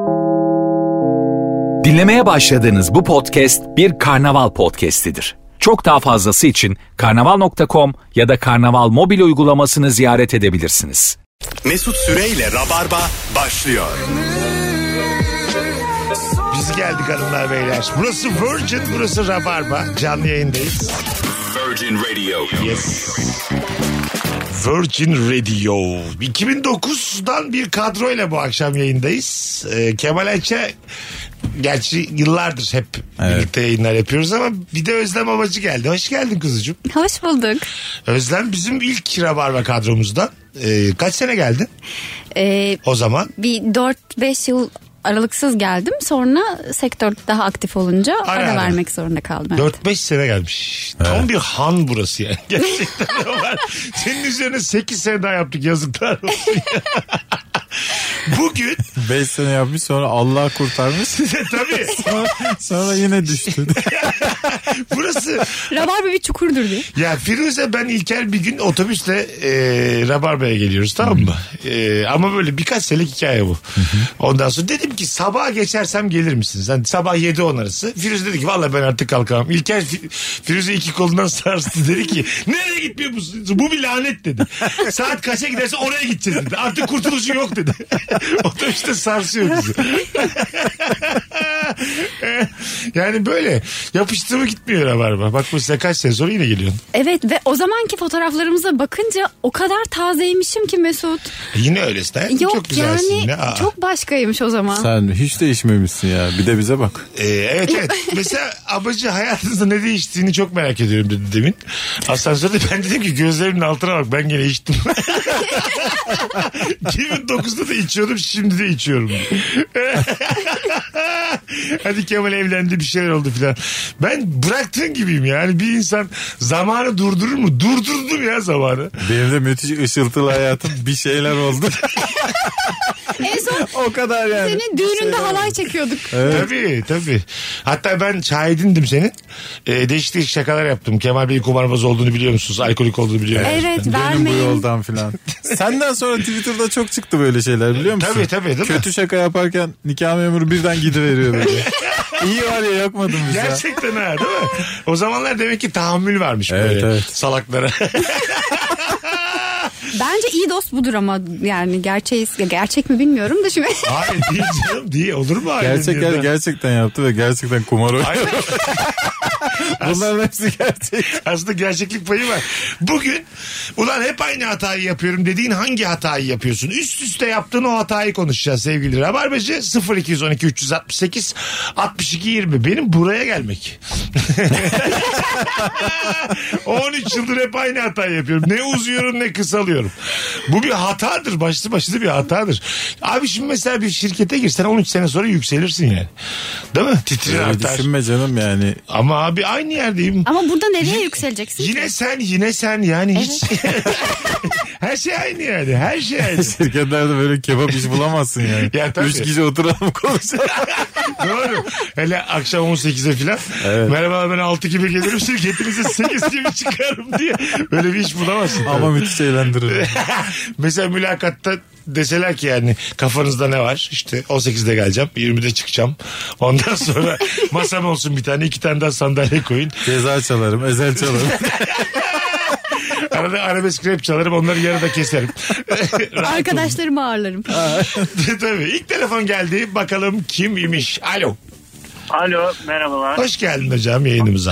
Dinlemeye başladığınız bu podcast bir karnaval podcastidir. Çok daha fazlası için karnaval.com ya da karnaval mobil uygulamasını ziyaret edebilirsiniz. Mesut Süreyle Rabarba başlıyor. Biz geldik hanımlar beyler. Burası Virgin, burası Rabarba. Canlı yayındayız. Virgin Radio. Yes. Virgin Radio. 2009'dan bir kadroyla bu akşam yayındayız. Kemal Ayça, gerçi yıllardır hep birlikte yayınlar yapıyoruz ama bir de Özlem Babacı geldi. Hoş geldin kuzucuğum. Hoş bulduk. Özlem bizim ilk Rabarba kadromuzdan. Kaç sene geldin? O zaman? Bir 4-5 yıl aralıksız geldim. Sonra sektör daha aktif olunca ara vermek zorunda kaldım. Evet. 4-5 sene gelmiş. Tam bir han burası yani. Gerçekten var. Senin üzerine 8 sene daha yaptık, yazıklar olsun. Bugün 5 sene yapmış, sonra Allah kurtarmış. tabii. Sonra yine düştü. Burası Rabarba bir çukurdur diye. ya Firuze, ben İlker bir gün otobüsle Rabarba'ya geliyoruz, tamam mı? Ama böyle birkaç senelik hikaye bu. Ondan sonra dedim ki sabah geçersem gelir misiniz? Yani sabah 7-10 arası. Firuze dedi ki vallahi ben artık kalkamam. İlker Firuze iki kolundan sarstı, dedi ki nereye gitmiyor musun? Bu bir lanet dedi. Saat kaça giderse oraya gideceğiz dedi. Artık kurtuluşu yok dedi. Otobüste sarsıyor bizi. Yani böyle yapıştığımı gitmiyor Rabarba. Bak mesela kaç sene sonra yine geliyorsun. Evet ve o zamanki fotoğraflarımıza bakınca o kadar tazeymişim ki Mesut. Yine öylesin. Yok çok güzelsin yani yine. çok başkaymış o zaman. Sen hiç değişmemişsin ya. Bir de bize bak. Evet. Mesela Abacı hayatınızda ne değiştiğini çok merak ediyorum dedi demin. Asansörde ben dedim ki gözlerimin altına bak, ben gene içtim. 2009'da da içiyordum, şimdi de içiyorum. Hadi Kemal evlendi, bir şeyler oldu filan. Ben bıraktığın gibiyim yani. Bir insan zamanı durdurur mu? Durdurdum ya zamanı. Benim de müthiş ışıltılı hayatım, bir şeyler oldu. En son o kadar yani. senin düğününde halay çekiyorduk. Evet. Tabii. Hatta ben şahidindim senin. Değişik şakalar yaptım. Kemal Bey'in kumarbaz olduğunu biliyor musunuz? Alkolik olduğunu biliyor musunuz? Evet, Dönün bu vermeyin. yoldan filan. Senden sonra Twitter'da çok çıktı böyle şeyler, biliyor musun? Tabii değil mi? Kötü şaka yaparken nikah memuru birden gidiveriyor böyle. İyi var ya, yakmadım biz ya. Gerçekten ha, değil mi? O zamanlar demek ki tahammül varmış böyle Evet. salaklara. Bence iyi dost budur ama yani gerçek mi bilmiyorum da şimdi. Hayır değil canım, değil. Olur mu? Gerçekten yaptı ve gerçekten kumar oynadı. Bunların hepsi gerçek. Aslında gerçeklik payı var. Bugün ulan hep aynı hatayı yapıyorum dediğin hangi hatayı yapıyorsun? Üst üste yaptığın o hatayı konuşacağız sevgili Rabarbacı. 0212 368 62 20. Benim buraya gelmek. 13 yıldır hep aynı hatayı yapıyorum. Ne uzuyorum ne kısalıyorum. Bu bir hatadır. Başlı başına bir hatadır. Abi şimdi mesela bir şirkete girsen 13 sene sonra yükselirsin yani. Değil mi? Titrin artar. Düşünme canım yani. Ama abi aynı yerdeyim. Ama burada nereye yükseleceksin? Yine sen yani hiç. Her şey aynı yani. Her şey aynı. Şirketlerde böyle kebap iş bulamazsın yani. Ya tabii. 3 kişi oturalım konuşalım. Doğru. Hele akşam 18'e filan. Evet. Merhaba, ben 6 gibi gelirim, şirketinize 8 gibi çıkarım diye. Böyle bir iş bulamazsın. Ama müthiş eğlendirir. Mesela mülakatta deseler ki yani kafanızda ne var? İşte 18'de geleceğim, 20'de çıkacağım. Ondan sonra masam olsun bir tane, 2 tane daha sandalye koyun. Ceza çalarım, ezel çalarım. Arada arabesk rap çalarım, onları yarıda keserim. Arkadaşlarımı ağırlarım. Tabii. İlk telefon geldi. Bakalım kim imiş? Alo. Alo, merhabalar. Hoş geldin hocam yayınımıza.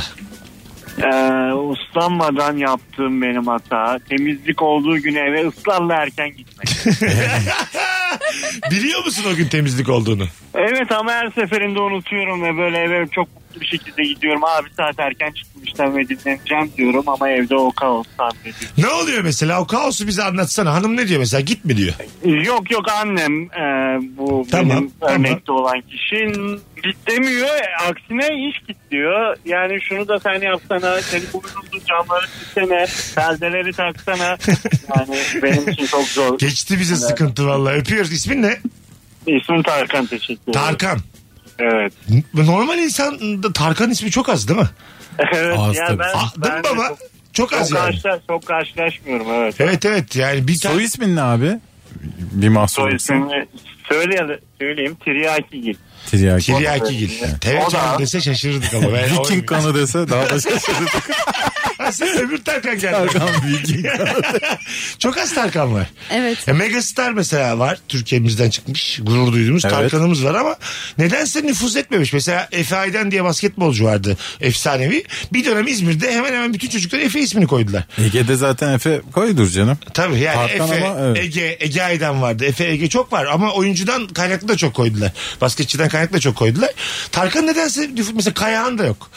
Uslanmadan yaptığım benim hata. Temizlik olduğu gün eve ısrarla erken gitmek. Biliyor musun o gün temizlik olduğunu? Evet, ama her seferinde unutuyorum ve böyle eve çok mutlu bir şekilde gidiyorum. Abi saat erken çıkmıştım ve dinleneceğim diyorum ama evde o kaos sahnediyor. Ne oluyor mesela? O kaosu bize anlatsana. Hanım ne diyor mesela? Git mi diyor? Yok annem bu Tamam, benim örnekte olan kişi git demiyor. Aksine iş git diyor. Yani şunu da sen yapsana. Senin burnunun camları silsene. Perdeleri taksana. Yani benim için çok zor. Geçti bize sıkıntı vallahi. Öpüyoruz. İsmin ne? İsmim Tarkan, teşekkür ederim. Tarkan. Evet. Normal insan da Tarkan ismi çok az değil mi? Evet. Az Ya tabii. ben Baba çok az yani. Çok karşılaşmıyorum, evet. Evet yani bir tane. Soy ismin ne abi? Bir mahsur. Soy ismini Söyleyeyim. Tiryakigil. Tiryakigil. Teveccüh dese şaşırırdık ama. Viking kanı dese daha da şaşırırdık. Sen öbür Tarkan geldi. Tarkan Viking kanı. Çok az Tarkan var. Evet. Megastar mesela var. Türkiye'mizden çıkmış. Gurur duyduğumuz Tarkan'ımız var ama nedense nüfuz etmemiş. Mesela Efe Aydan diye basketbolcu vardı. Efsanevi. Bir dönem İzmir'de hemen hemen bütün çocuklar Efe ismini koydular. Ege'de zaten Efe koydur canım. Tabii yani Tarkan Efe, ama, evet. Ege Aydan vardı. Efe, Ege çok var ama oyuncudan kaynaklı da çok koydular. Basketçiden kaynaklı da çok koydular. Tarkan nedense mesela Kayahan da yok.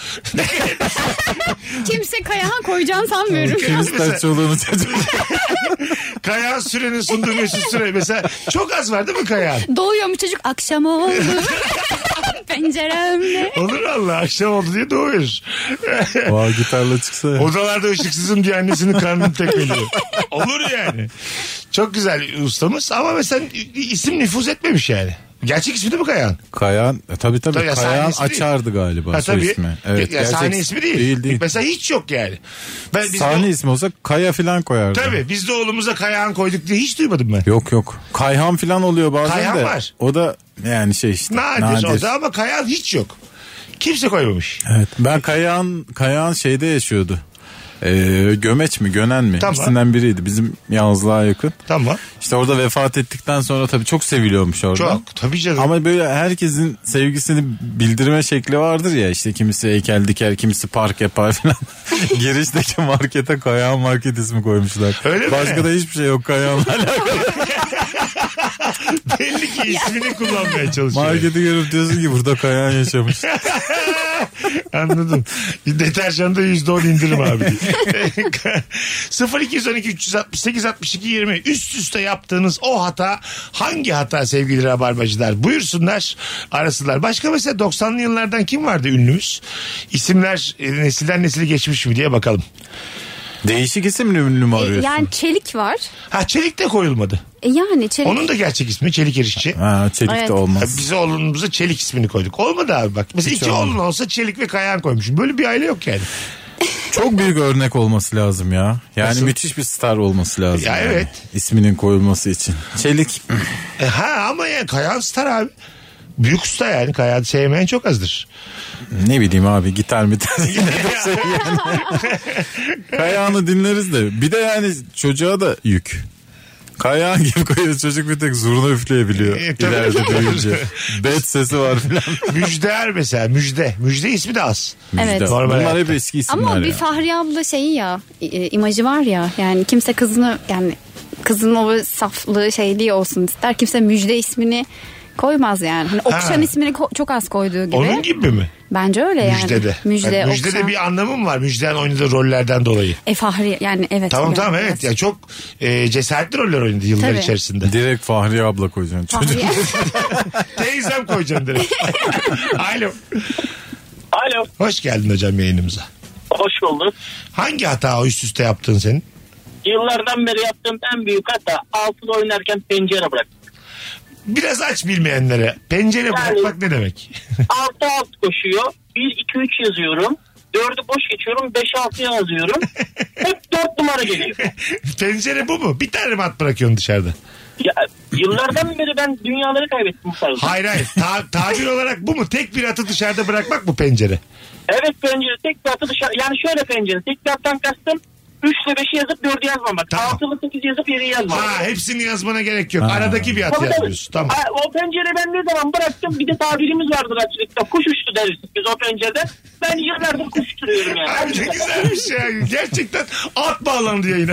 Kimse Kayahan koyacağını sanmıyorum. Kim ister çoluğunu çocuğunu. Kayahan Süren'in sunduğu Mesut Süre. Mesela çok az var değil mi Kayahan? Doğuyor mu çocuk? Akşam oldu. Penceremde. Olur Allah akşam oldu diye doğuyoruz. Vay gitarla çıksa. Odalarda ışıksızım diye annesinin karnını tekmeliyor. Olur yani. Çok güzel ustamız ama mesela isim nüfuz etmemiş yani. Gerçek ismi değil mi Kayahan? Kayahan tabii. Tabii, Kayahan açardı galiba ha, soy tabii. ismi. Evet, ya, sahne ismi değil. Değil. Mesela hiç yok yani. Sahne ismi olsa Kaya filan koyardı. Tabii biz de oğlumuza Kayahan koyduk diye hiç duymadım ben. Yok. Kayhan filan oluyor bazen Kayhan de. var. O da yani şey işte. Nadir o da ama Kayahan hiç yok. Kimse koymamış. Evet. Ben Kayahan şeyde yaşıyordu. Gömeç mi Gönen mi? Tamam. İkisinden biriydi bizim Yağızlığa yakın. Tamam. İşte orada vefat ettikten sonra tabii çok seviliyormuş orada. Çok tabii canım. Ama böyle herkesin sevgisini bildirme şekli vardır ya, işte kimisi heykel diker, kimisi park yapar falan. Girişteki markete Kayahan Market ismi koymuşlar. Öyle mi? Başka da hiçbir şey yok Kayahan'la alakalı. Belli ki ismini kullanmaya çalışıyor. Marketi görüp diyorsun ki burada Kayahan yaşamış. Anladım. Deterjanda %10 indirim abi. 0212 368 62 20 üst üste yaptığınız o hata hangi hata sevgili rabarbacılar? Buyursunlar, arasınlar. Başka mesela 90'lı yıllardan kim vardı ünlümüz? İsimler nesilden nesile geçmiş mi diye bakalım. Değişik isimli ünlü mü arıyorsun? Yani Çelik var. Ha Çelik de koyulmadı. Yani Çelik. Onun da gerçek ismi Çelik Erişçi. Ha, Çelik Evet. de olmaz. Biz oğlumuza Çelik ismini koyduk. Olmadı abi bak. Mesela Hiç iki olmadı. oğlun olsa Çelik ve Kayahan koymuşsun. Böyle bir aile yok yani. Çok büyük örnek olması lazım ya. Yani Nasıl? müthiş bir star olması lazım. Ya yani. evet. İsminin koyulması için. Çelik. Ama yani Kayahan star abi. Büyük usta yani. Kayahan sevmeyen çok azdır. Ne bileyim abi, gitar mı? Kayahan'ı dinleriz de. Bir de yani çocuğa da yük. Kayahan gibi koyuyor, çocuk bir tek zurna üfleyebiliyor. Tabii. İleride büyüyünce. Bet sesi var filan. Müjdeer mesela Müjde. Müjde ismi de az. Evet. Müjde. Normal Bunlar yani. hep eski isimler Ama ya. bir Fahriye abla şeyi ya, imajı var ya, yani kimse kızını, yani kızın o saflığı şeyliği olsun ister, kimse Müjde ismini koymaz yani. Hani Okşan ismini çok az koyduğu gibi. Onun gibi mi? Bence öyle yani. Müjde'de. Müjde, Yani Müjde'de Okşan. bir anlamı mı var? Müjde'nin oynadığı rollerden dolayı. Fahriye yani evet. Tamam yani, tamam evet. Ya çok cesaretli roller oynadı yıllar Tabii. içerisinde. Direkt Fahriye abla koyacaksın. Çocuk. Fahriye. Teyzem koyacaksın direkt. Alo. Alo. Hoş geldin hocam yayınımıza. Hoş bulduk. Hangi hata o üst üste yaptın senin? Yıllardan beri yaptığım en büyük hata altıda oynarken pencere bırak. Biraz aç bilmeyenlere. Pencere bırakmak ne demek? 6-6 koşuyor. 1-2-3 yazıyorum. 4'ü boş geçiyorum. 5-6 yazıyorum. Hep 4 numara geliyor. Pencere bu mu? Bir tane mi at bırakıyorsun dışarıda? Ya, yıllardan beri ben dünyaları kaybettim bu tarzda. Hayır hayır. Tabir olarak bu mu? Tek bir atı dışarıda bırakmak mı pencere? Evet pencere tek bir atı dışarı. Yani şöyle pencere tek bir attan kastım. 3 ile 5'i yazıp 4'ü yazmamak. Tamam. 6 ile 8 yazıp 7'yi yazmamak. Ha hepsini yazmana gerek yok. Aradaki bir atı yazıyorsun. Tamam. O pencere ben ne zaman bıraktım, bir de tabirimiz vardır açıkta. Kuş uçtu deriz biz o pencerede. Ben yıllardır kuş uçturuyorum yani. Abi ne güzelmiş ya. Gerçekten at bağlandı yayına.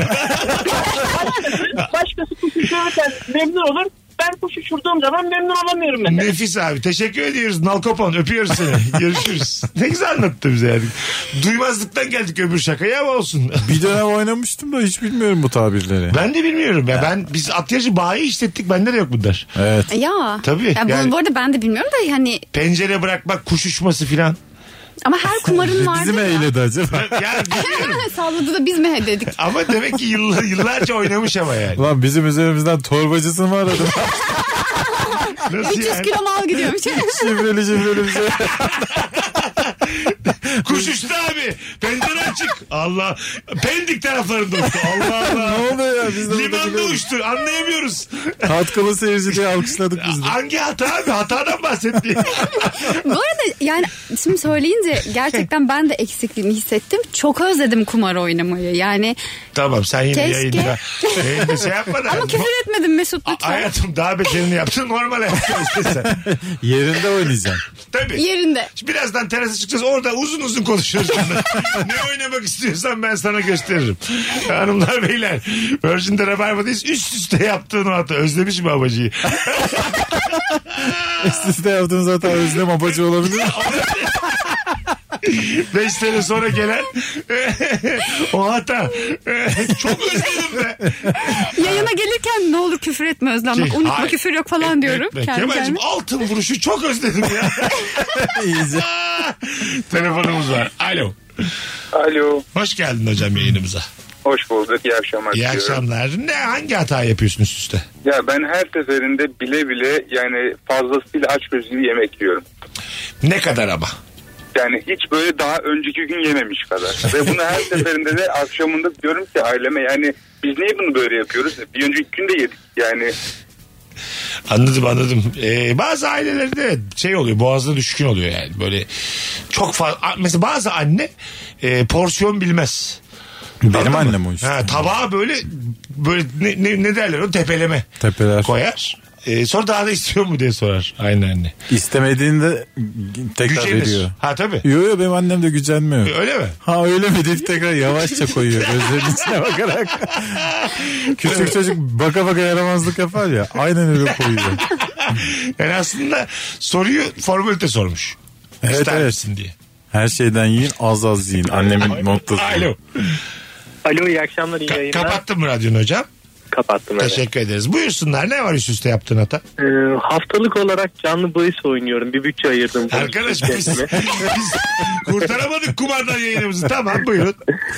Başkası kuş uçururken memnun olur. Ben kuş uçurduğum zaman memnun olamıyorum mesela. Nefis abi. Teşekkür ediyoruz. Nalkopon. Öpüyoruz seni. Görüşürüz. Ne güzel anlattı bize yani. Duymazlıktan geldik öbür şakaya ama olsun. Bir dönem oynamıştım da hiç bilmiyorum bu tabirleri. Ben de bilmiyorum ya. Biz at yarışı bayi işlettik. Bende de yok bunlar. Evet. Ya. Tabii, Ya yani- bu arada ben de bilmiyorum da hani, Pencere bırakmak, kuş uçması filan. ama her kumarın vardı Bizi mi ya. eyledi acaba? Yani bilmiyorum. Salladı da biz mi dedik? Ama demek ki yıllarca oynamış ama yani. Lan bizim üzerimizden torbacısı mı aradı? Nasıl 300 yani? kilo mal gidiyormuş. şifreli bir şey. Kuş uçtu abi. Pencere açık. Allah. Pendik taraflarında uçtu. Allah Allah. Ne oluyor ya? Biz de Limanda uçtu. Anlayamıyoruz. Katkılı seyirci diye alkışladık biz de. Hangi hata abi? Hatadan bahsetti. Bu arada yani şimdi söyleyince gerçekten ben de eksikliğini hissettim. Çok özledim kumar oynamayı. Yani Tamam sen yine Keşke. yayında şey yapma da. ama küfür etmedim Mesut lütfen. Hayatım daha beterini yaptın, normal hayatta istesen. Yerinde oynayacaksın. Tabii. Yerinde. Şimdi birazdan terasa çıkacağız, orada uzun uzun konuşuruz. Ne oynamak istiyorsan ben sana gösteririm. Hanımlar beyler, Virgin'de Rabarba'dayız. Üst üste yaptığın o hata. Özlemiş mi babacıyı? Üst üste yaptığın zaten özlem abacı olabilir. 5 sene sonra gelen o hata. Çok özledim be. Yayına gelirken ne olur küfür etme Özlem. Bak unutma Hayır. küfür yok falan diyorum. Kendi Kemal'cim kendime. altın vuruşu çok özledim ya. İyice. Telefonumuz var. Alo. Alo. Hoş geldin hocam yayınımıza. Hoş bulduk. İyi akşamlar. İyi diliyorum. akşamlar. Hangi hata yapıyorsun üst üste? Ya ben her seferinde bile bile yani fazlasıyla açgözlü yemek yiyorum. Ne kadar ama? Yani hiç böyle daha önceki gün yememiş kadar. Ve bunu her seferinde de akşamında diyorum ki aileme, yani biz niye bunu böyle yapıyoruz? Bir önceki gün de yedik yani. Anladım. Bazı ailelerde şey oluyor, boğazına düşkün oluyor yani. Böyle çok fazla. Mesela bazı anne porsiyon bilmez. Benim Anladın annem mı? o işte. Tabağa böyle ne derler o, tepeleme Tepeler. koyar. Sonra daha da istiyor mu diye sorar aynı anne. İstemediğinde tekrar Gücenir. veriyor. Ha tabii. Yo benim annem de gücenmiyor. Öyle mi? Ha öyle mi deyip tekrar yavaşça koyuyor gözlerinin içine bakarak. Küçük çocuk baka baka yaramazlık yapar ya. Aynen öyle koyuyor. Yani aslında soruyu formalite sormuş. Evet, İster evet. misin diye. Her şeyden yiyin, az az yiyin. Annemin noktası. Alo. Alo, iyi akşamlar, iyi yayınlar. Kapattın mı radyonu hocam? Kapattım, evet. Teşekkür ederiz. Buyursunlar, ne var üst üste yaptığın hata? Haftalık olarak canlı bahis oynuyorum. Bir bütçe ayırdım. Arkadaş biz kurtaramadık kumardan yayınımızı. Tamam buyurun.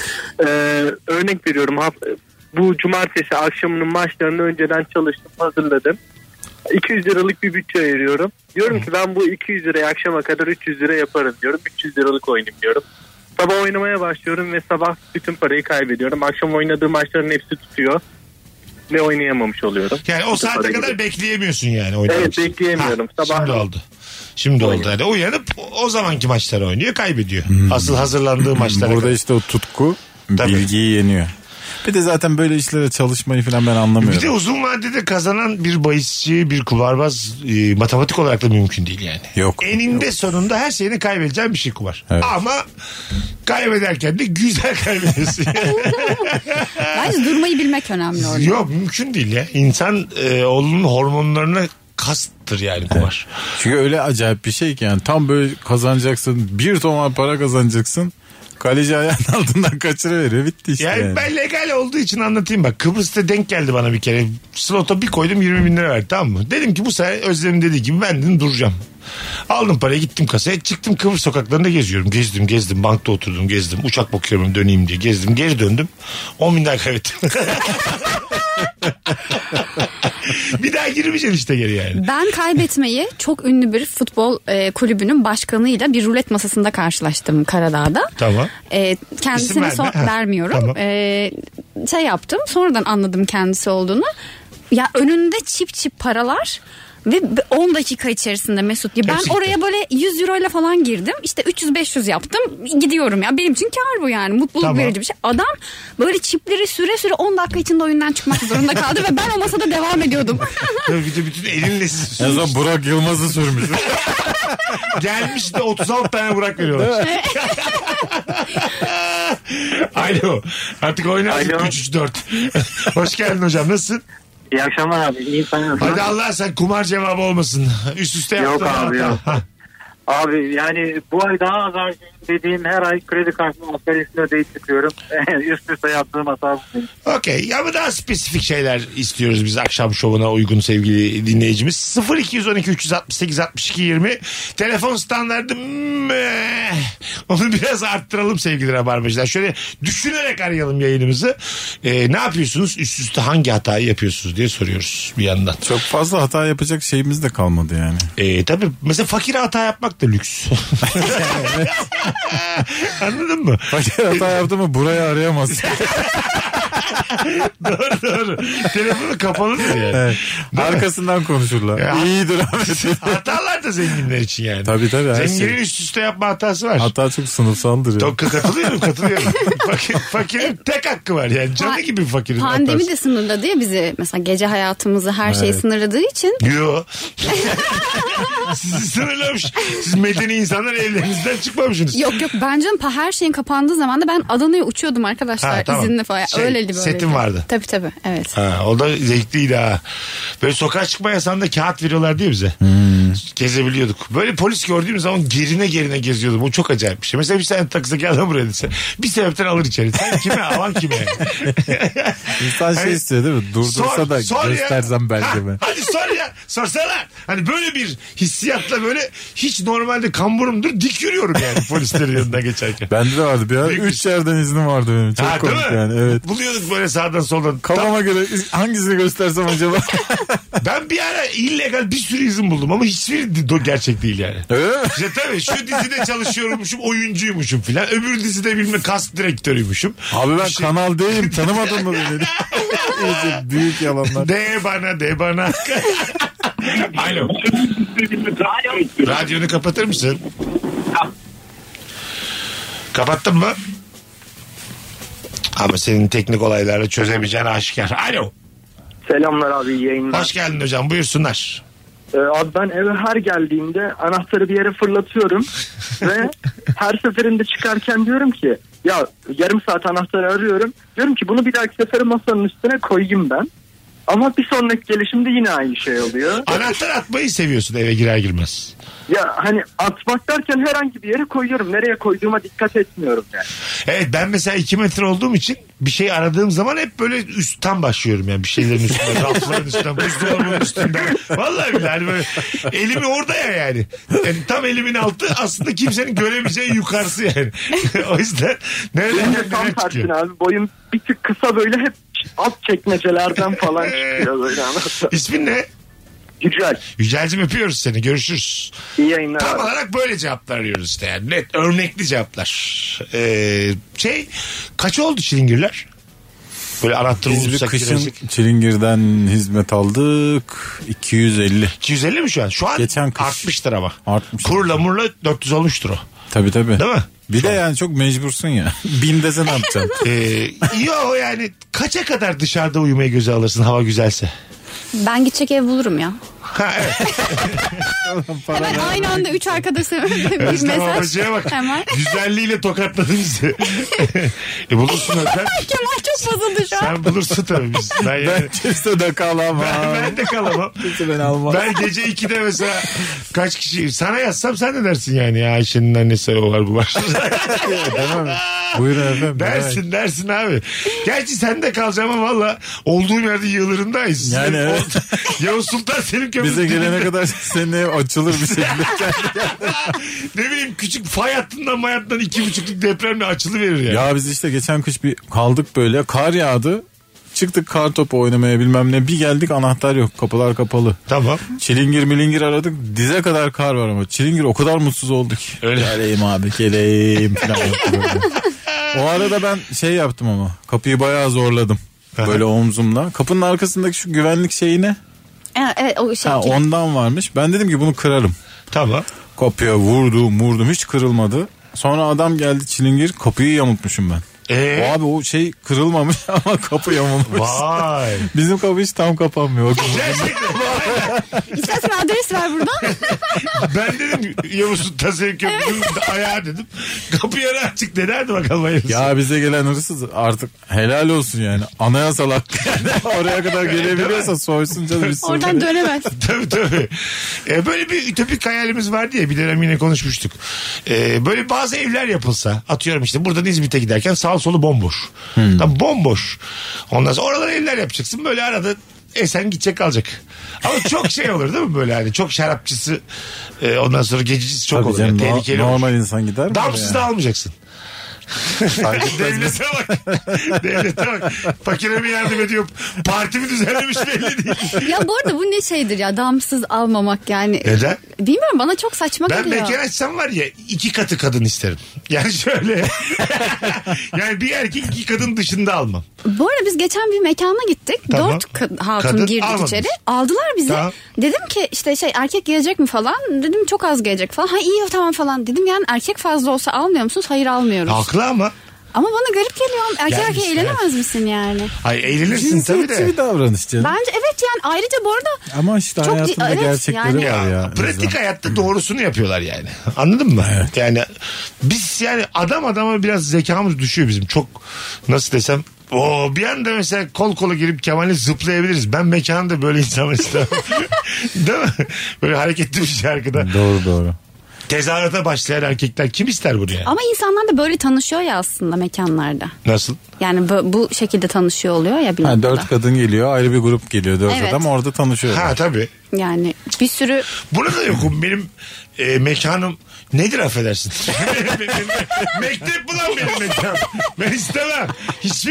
Örnek veriyorum. Bu cumartesi akşamının maçlarını önceden çalıştım, hazırladım. 200 liralık bir bütçe ayırıyorum. Diyorum ki ben bu 200 lirayı akşama kadar 300 lira yaparım diyorum. 300 liralık oynayayım diyorum. Sabah oynamaya başlıyorum ve sabah bütün parayı kaybediyorum. Akşam oynadığım maçların hepsi tutuyor. Ve oynayamamış oluyorum. Yani o saate kadar bekleyemiyorsun yani. Evet, bekleyemiyorum. Sabah Şimdi oldu. Yani uyanıp o zamanki maçları oynuyor, kaybediyor. Asıl hazırlandığı maçlara. Burada kadar. işte o tutku Tabii. bilgiyi yeniyor. Bir de zaten böyle işlere çalışmayı falan ben anlamıyorum. Bir de uzun vadede kazanan bir bahisçi, bir kumarbaz matematik olarak da mümkün değil yani. Yok. Eninde sonunda her şeyini kaybedeceğin bir şey kumar. Evet. Ama kaybederken de güzel kaybediyorsun. Bence durmayı bilmek önemli orada. Yok, mümkün değil ya. İnsan oğlunun hormonlarına kasttır yani kumar. Çünkü öyle acayip bir şey ki yani tam böyle kazanacaksın, bir ton para kazanacaksın. Kaleci ayağının altından kaçırıveriyor, bitti işte Yani, yani. ben legal olduğu için anlatayım bak. Kıbrıs'ta denk geldi bana bir kere. Slota bir koydum, 20 bin lira verdi, tamam mı? Dedim ki bu sefer Özlem'in dediği gibi ben dedim duracağım. Aldım parayı, gittim kasaya, çıktım Kıbrıs sokaklarında geziyorum. Gezdim, bankta oturdum, gezdim. Uçak bakıyorum döneyim diye gezdim. Geri döndüm. 10 bin daha kaybettim. Bir daha girmeyeceksin işte geri yani. Ben kaybetmeyi çok ünlü bir futbol kulübünün başkanıyla bir rulet masasında karşılaştım Karadağ'da. Tamam. Kendisini İsim verme. vermiyorum. Tamam. Şey yaptım, sonradan anladım kendisi olduğunu. Ya önünde çip paralar ve 10 dakika içerisinde Mesut. Ya ben Gerçekten. oraya böyle 100 euroyla falan girdim. İşte 300-500 yaptım. Gidiyorum ya. Benim için kar bu yani. Mutluluk Tamam. verici bir şey. Adam böyle çipleri süre 10 dakika içinde oyundan çıkmak zorunda kaldı ve ben o masada devam ediyordum. Tabii bir de bütün elinle En son Burak Yılmaz'ı sürmüş. gelmiş de 36 tane Burak veriyorlar. Alo. Artık oynarız Alo. 3-3-4. Hoş geldin hocam, nasılsın? İyi akşamlar abi. İyi sanıyorum. Hadi Allah sen kumar cevabı olmasın. Üst üste Yok yaptın. abi, yok. Ha. Abi yani bu ay daha az harcayayım dediğim her ay kredi kartının asgarisini ödeyip çıkıyorum. Üst üste yaptığım hata bu. Okey. Ama daha spesifik şeyler istiyoruz biz akşam şovuna uygun sevgili dinleyicimiz. 0212 368 62 20 telefon standardı onu biraz arttıralım sevgili rabarbacılar. Şöyle düşünerek arayalım yayınımızı. Ne yapıyorsunuz? Üst üste hangi hatayı yapıyorsunuz diye soruyoruz bir yandan. Çok fazla hata yapacak şeyimiz de kalmadı yani. Tabii mesela fakir hata yapmak da lüks. Anladın mı? Paket hata yaptı mı burayı arayamazsın. Doğru. Telefonu kapalıdır yani. Evet. Arkasından konuşurlar. Ya. İyidir Ahmet. Hatalar da zenginler için yani. Tabii her Zenginin şey. üst üste yapma hatası var. Hata çok sınıfsaldır ya. Çok katılıyorum. Fakirin tek hakkı var yani. Canı gibi fakirin Pandemi hatası. de sınırladı ya bizi. Mesela gece hayatımızı her şeyi sınırladığı için. Yo. Sizi sınırlamış. Siz medeni insanlar evlerinizden çıkmamışsınız. Yok bence her şeyin kapandığı zaman da ben Adana'ya uçuyordum arkadaşlar Ha, tamam. izinli falan. Öyleydi böyle. Setin vardı. Tabii evet. Ha, o da zevkliydi ha. Böyle sokağa çıkma yasağında kağıt veriyorlar diye bize. Gezebiliyorduk. Böyle polis gördüğümüz zaman gerine geziyordum. O çok acayip bir şey. Mesela bir tane taksaki adam buraya dese. Bir sebepten alır içeri. Sen kime? Alan kime? İnsan şey istiyor değil mi? Durdursa da göstersem belgemi. Hadi sor ya. Sorsana. Hani böyle bir hissiyatla böyle hiç normalde kamburumdur dik yürüyorum yani polislerin yanına geçerken. Bende de vardı bir ara. Büyük 3 yerden iznim vardı benim. Çok Ha, komik değil mi? yani. Evet. Buluyorduk böyle sağdan soldan. Kafama göre hangisini göstersem acaba? Ben bir ara illegal bir sürü izin buldum ama hiçbiri gerçek değil yani. Öyle mi? İşte tabii şu dizide çalışıyormuşum, oyuncuymuşum filan. Öbür dizide bilmem kas direktörüymüşüm. Abi ben kanal değilim, tanımadın mı beni? İyice büyük yalanlar. De bana. Alo. Radyonu kapatır mısın? Kapattın mı? Ama senin teknik olaylarla çözemeyeceğin aşikar. Alo. Selamlar abi, iyi yayınlar. Hoş geldin hocam, buyursunlar. Abi ben eve her geldiğimde anahtarı bir yere fırlatıyorum ve her seferinde çıkarken diyorum ki ya yarım saat anahtarı arıyorum. Diyorum ki bunu bir dahaki sefere masanın üstüne koyayım ben. Ama bir sonraki gelişimde yine aynı şey oluyor. Anahtar atmayı seviyorsun eve girer girmez. Ya hani atmak derken herhangi bir yere koyuyorum. Nereye koyduğuma dikkat etmiyorum yani. Evet, ben mesela 2 metre olduğum için bir şey aradığım zaman hep böyle üstten başlıyorum yani bir şeylerin üstünden, rafların üstünden, buzdolabının üstünden. Vallahi billahi böyle elimi orada yani. Yani tam elimin altı aslında kimsenin göremeyeceği yukarısı yani. O yüzden nereden Tam nereye tersine çıkıyor? abi, boyum bir tık kısa, böyle hep alt çekmecelerden falan çıkıyor böyle anahtar. İsmin ne? Güzel. Yücel'cim öpüyoruz seni, görüşürüz. İyi yayınlar Tam abi. olarak böyle cevaplar arıyoruz işte yani. Net, örnekli cevaplar. Kaç oldu çilingirler? Böyle anahtarı Biz bir bulursak kışın girecek. Çilingir'den hizmet aldık. 250. 250 mi şu an? Şu an Geçen kış. artmıştır ama. Artmış. Kurla murla 400 olmuştur o. Tabii. Değil mi? Bir de yani çok mecbursun ya. 1000 desen ne yapacaksın? Yo yani kaça kadar dışarıda uyumayı göze alırsın hava güzelse? Ben gidecek ev bulurum ya. Ha evet. Hemen aynı anda 3 arkadaşa bir Özlem mesaj. ablacıya bak. Hemen. Güzelliğiyle tokatladın bizi. Bulursun Özlem. Kemal çok bozuldu şu an. Sen bulursun tabii biz. Ben yani... Ben kimse de kalamam. Ben de kalamam. Kimse beni almaz. Ben gece 2'de mesela kaç kişi sana yazsam sen ne dersin yani ya Ayşe'nin annesi o var bu var. Buyurun efendim. dersin abi. Gerçi sen de kalacağım ama valla olduğum yerde yığılarındayız. Yani evet. Yavuz Sultan Selim Köprüsü. Bize gelene kadar senin ev açılır bir şekilde. Ne bileyim küçük fay hattından 2,5'luk depremle açılıverir yani. Ya biz işte geçen kış bir kaldık böyle, kar yağdı. Çıktık kar topu oynamaya bilmem ne. Bir geldik anahtar yok, kapılar kapalı. Tamam. Çilingir milingir aradık, dize kadar kar var ama Çilingir o kadar mutsuz oldu ki. Öyle. Geleyim abi geleyim falan. O arada ben şey yaptım ama kapıyı bayağı zorladım. Böyle omzumla. Kapının arkasındaki şu güvenlik şeyine. Evet o şey. Ondan varmış. Ben dedim ki bunu kırarım. Tamam. Kapıya vurdum hiç kırılmadı. Sonra adam geldi Çilingir, kapıyı yamultmuşum ben. Abi o şey kırılmamış ama kapı yamulmuş. Vay. Bizim kapı hiç tam kapanmıyor. Gerçekten. İstersen adres ver buradan. Ben dedim Yavuz Sultan Selim Köprüsü'nün ayağı dedim. Kapı yarı açık dedi. Hadi bakalım hayırlısı. Ya bize gelen hırsız artık helal olsun yani. Anayasal hak. Oraya kadar gelebiliyorsa soysun canım. Oradan dönemez. Tabii. Böyle bir ütopik hayalimiz vardı ya, bir dönem yine konuşmuştuk. Böyle bazı evler yapılsa, atıyorum işte buradan İzmit'e giderken sağ solu bomboş. Tam bomboş. Ondan sonra oralara evler yapacaksın. Böyle arada sen gidecek kalacak. Ama çok şey olur değil mi böyle hani çok şarapçısı ondan sonra gecicisi çok tabii olur. Canım, yani, tehlikeli normal olur. insan gider mi? Damsız da almayacaksın. Devlete bak. Devlete bak. Fakire mi yardım ediyor? Parti mi düzenlemiş belli değil. Ya bu arada bu ne şeydir ya, damsız almamak yani. Neden? Bilmiyorum, bana çok saçma Ben geliyor. mekan açsam var ya 2 katı kadın isterim. Yani şöyle. Yani bir erkek 2 kadın dışında almam. Bu arada biz geçen bir mekana gittik. Tamam. 4 hatun Kadın girdik almamış. içeri. Aldılar bizi. Tamam. Dedim ki işte erkek gelecek mi falan. Dedim çok az gelecek falan. Ha iyi tamam falan. Dedim yani erkek fazla olsa almıyor musunuz? Hayır almıyoruz. Haklı ama. Ama bana garip geliyor. Erkek Gelmiş, eğlenemez misin yani? Ay eğlenirsin tabii Cinsiyetçi de. bir davranış canım. Bence evet yani, ayrıca bu arada Ama işte çok hayatında evet, gerçekleri yani. var ya. Pratik hayatta doğrusunu yapıyorlar yani. Anladın mı? Evet. Yani biz yani adam adama biraz zekamız düşüyor bizim. Çok nasıl desem, bir anda mesela kol kola girip Kemal'le zıplayabiliriz. Ben mekanda böyle insanlar istemem. Değil mi? Böyle hareketli bir şarkıda. Doğru. Tezahürata başlayan erkekler kim ister bunu yani? Ama insanlar da böyle tanışıyor ya aslında mekanlarda. Nasıl? Yani bu şekilde tanışıyor oluyor ya bir Ha, noktada. 4 kadın geliyor, ayrı bir grup geliyor, 4 Evet. adam orada tanışıyorlar. Ha tabii. Yani bir sürü Buna da yokum. Benim mekanım nedir affedersin? Mektep bu lan benim mekanım. Ben istemem. Hiçbir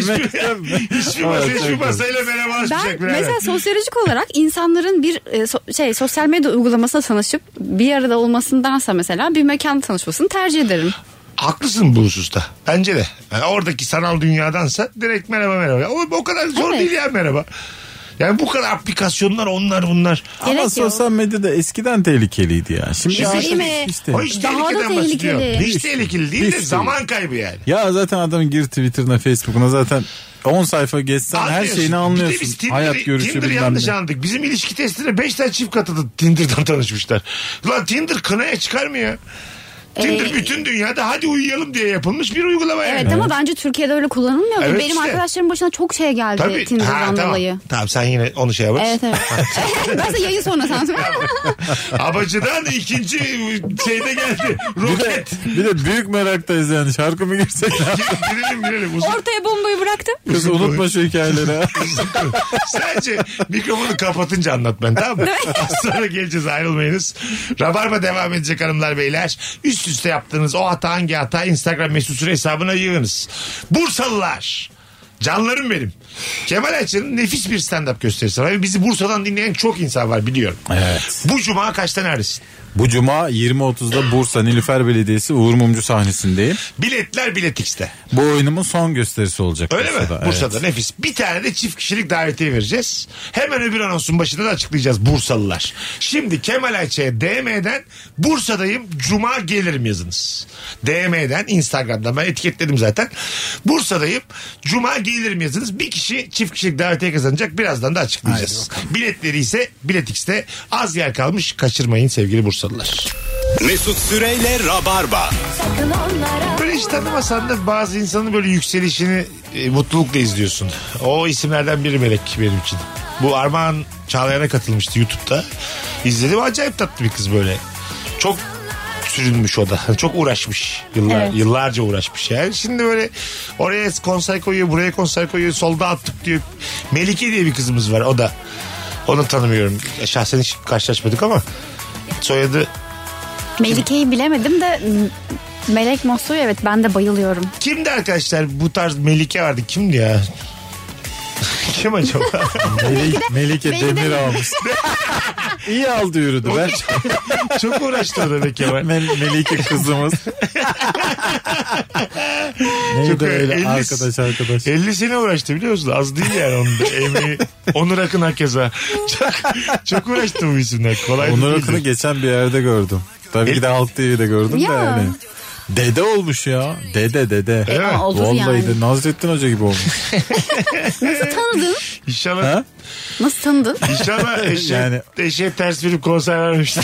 masayla merhabalaşmayacak. ben mesela sosyolojik olarak insanların bir sosyal medya uygulamasına tanışıp bir arada olmasındansa mesela bir mekanda tanışmasını tercih ederim. Haklısın bu hususta. Bence de. Yani oradaki sanal dünyadansa direkt merhaba. O kadar zor Evet. değil ya merhaba. Yani bu kadar aplikasyonlar onlar bunlar. Ama Gerek yok. sosyal medyada eskiden tehlikeliydi ya. Şimdi Değil artık mi? işte. O hiç Daha da tehlikeden bahsediyor. tehlikeli. Hiç tehlikeli değil de Hiç zaman kaybı yani. Ya zaten adamın gir Twitter'ına, Facebook'una zaten 10 sayfa geçsen her Anlıyorsun. şeyini Bir de anlıyorsun. biz Hayat görüşü Tinder bilmem yanlış ne. anladık. Bizim ilişki testine 5 tane çift katıldı. Tinder'dan tanışmışlar. Ulan Tinder kınaya çıkar mı ya? Tinder bütün dünyada hadi uyuyalım diye yapılmış bir uygulama yani. Evet ama bence Türkiye'de öyle kullanılmıyor. Evet Benim işte. arkadaşlarım başına çok şey geldi Tabii. Tinder'dan tamam. dolayı. Tamam sen yine onu şey yaparsın. Evet. Ben de yayın sonra sandım. Abacıdan ikinci şeyde geldi. Roket. Bir de büyük meraktayız yani. Şarkı mı girsek? Girelim. Uzun. Ortaya bombayı bıraktım. Kız unutma şu hikayeleri. Sadece mikrofonu kapatınca anlat ben, tamam mı? Az sonra geleceğiz, ayrılmayınız. Rabarba devam edecek hanımlar beyler. Üst üste yaptığınız o hata hangi hata? Instagram mesut süre hesabına yığınız. Bursalılar. Canlarım benim. Kemal Ayça'nın nefis bir stand-up gösterisi var. Bizi Bursa'dan dinleyen çok insan var biliyorum. Evet. Bu cuma kaçta neredesin? Bu cuma 20.30'da Bursa Nilüfer Belediyesi Uğur Mumcu sahnesindeyim. Biletler Bilet X'te. Bu oyunumun son gösterisi olacak. Öyle Bursa'da. mi? Bursa'da Evet. nefis. Bir tane de çift kişilik davetiye vereceğiz. Hemen öbür anonsun başında da açıklayacağız Bursalılar. Şimdi Kemal Ayça'ya DM'den Bursa'dayım cuma gelirim yazınız. DM'den Instagram'dan ben etiketledim zaten. Bursa'dayım cuma gelirim yazınız. Bir kişi çift kişilik davetiye kazanacak. Birazdan da açıklayacağız. Biletleri ise Bilet X'te, az yer kalmış, kaçırmayın sevgili Bursalılar. Mesut Süreyle Rabarba. Böyle hiç tanımasan da bazı insanın böyle yükselişini mutlulukla izliyorsun. O isimlerden biri Melek benim için. Bu Armağan Çağlayan'a katılmıştı YouTube'da. İzledim, acayip tatlı bir kız böyle. Çok sürünmüş o da. Çok uğraşmış. Yıllarca uğraşmış yani. Şimdi böyle oraya konser koyuyor, buraya konser koyuyor. Solda attık diyor. Melike diye bir kızımız var. O da, onu tanımıyorum. Şahsen hiç karşılaşmadık ama soyadı Melike'yi bilemedim de Melek Mosu'yu evet ben de bayılıyorum. kimdi arkadaşlar? Bu tarz Melike vardı. Kimdi ya? Kim acaba? Melike Demir almış. İyi aldı yürüdü. Ben Çok uğraştı o da Kemal. Melike kızımız. Neydi öyle 50 arkadaş. 50 sene uğraştı biliyor musun? Az değil yani onun da emeği. Onur Akın hakeza. Çok uğraştı bu isimler. Kolay Onur değildi. Akın'ı geçen bir yerde gördüm. Tabii ki de Halk TV'de gördüm Ya. de yani. Dede olmuş ya. Dede. Ama olur Vallahi yani. de Nazrettin Hoca gibi olmuş. Nasıl tanıdın? İnşallah, Ha? Nasıl tanıdın? inşallah Yani- eşeğe ters verip konser vermiştir.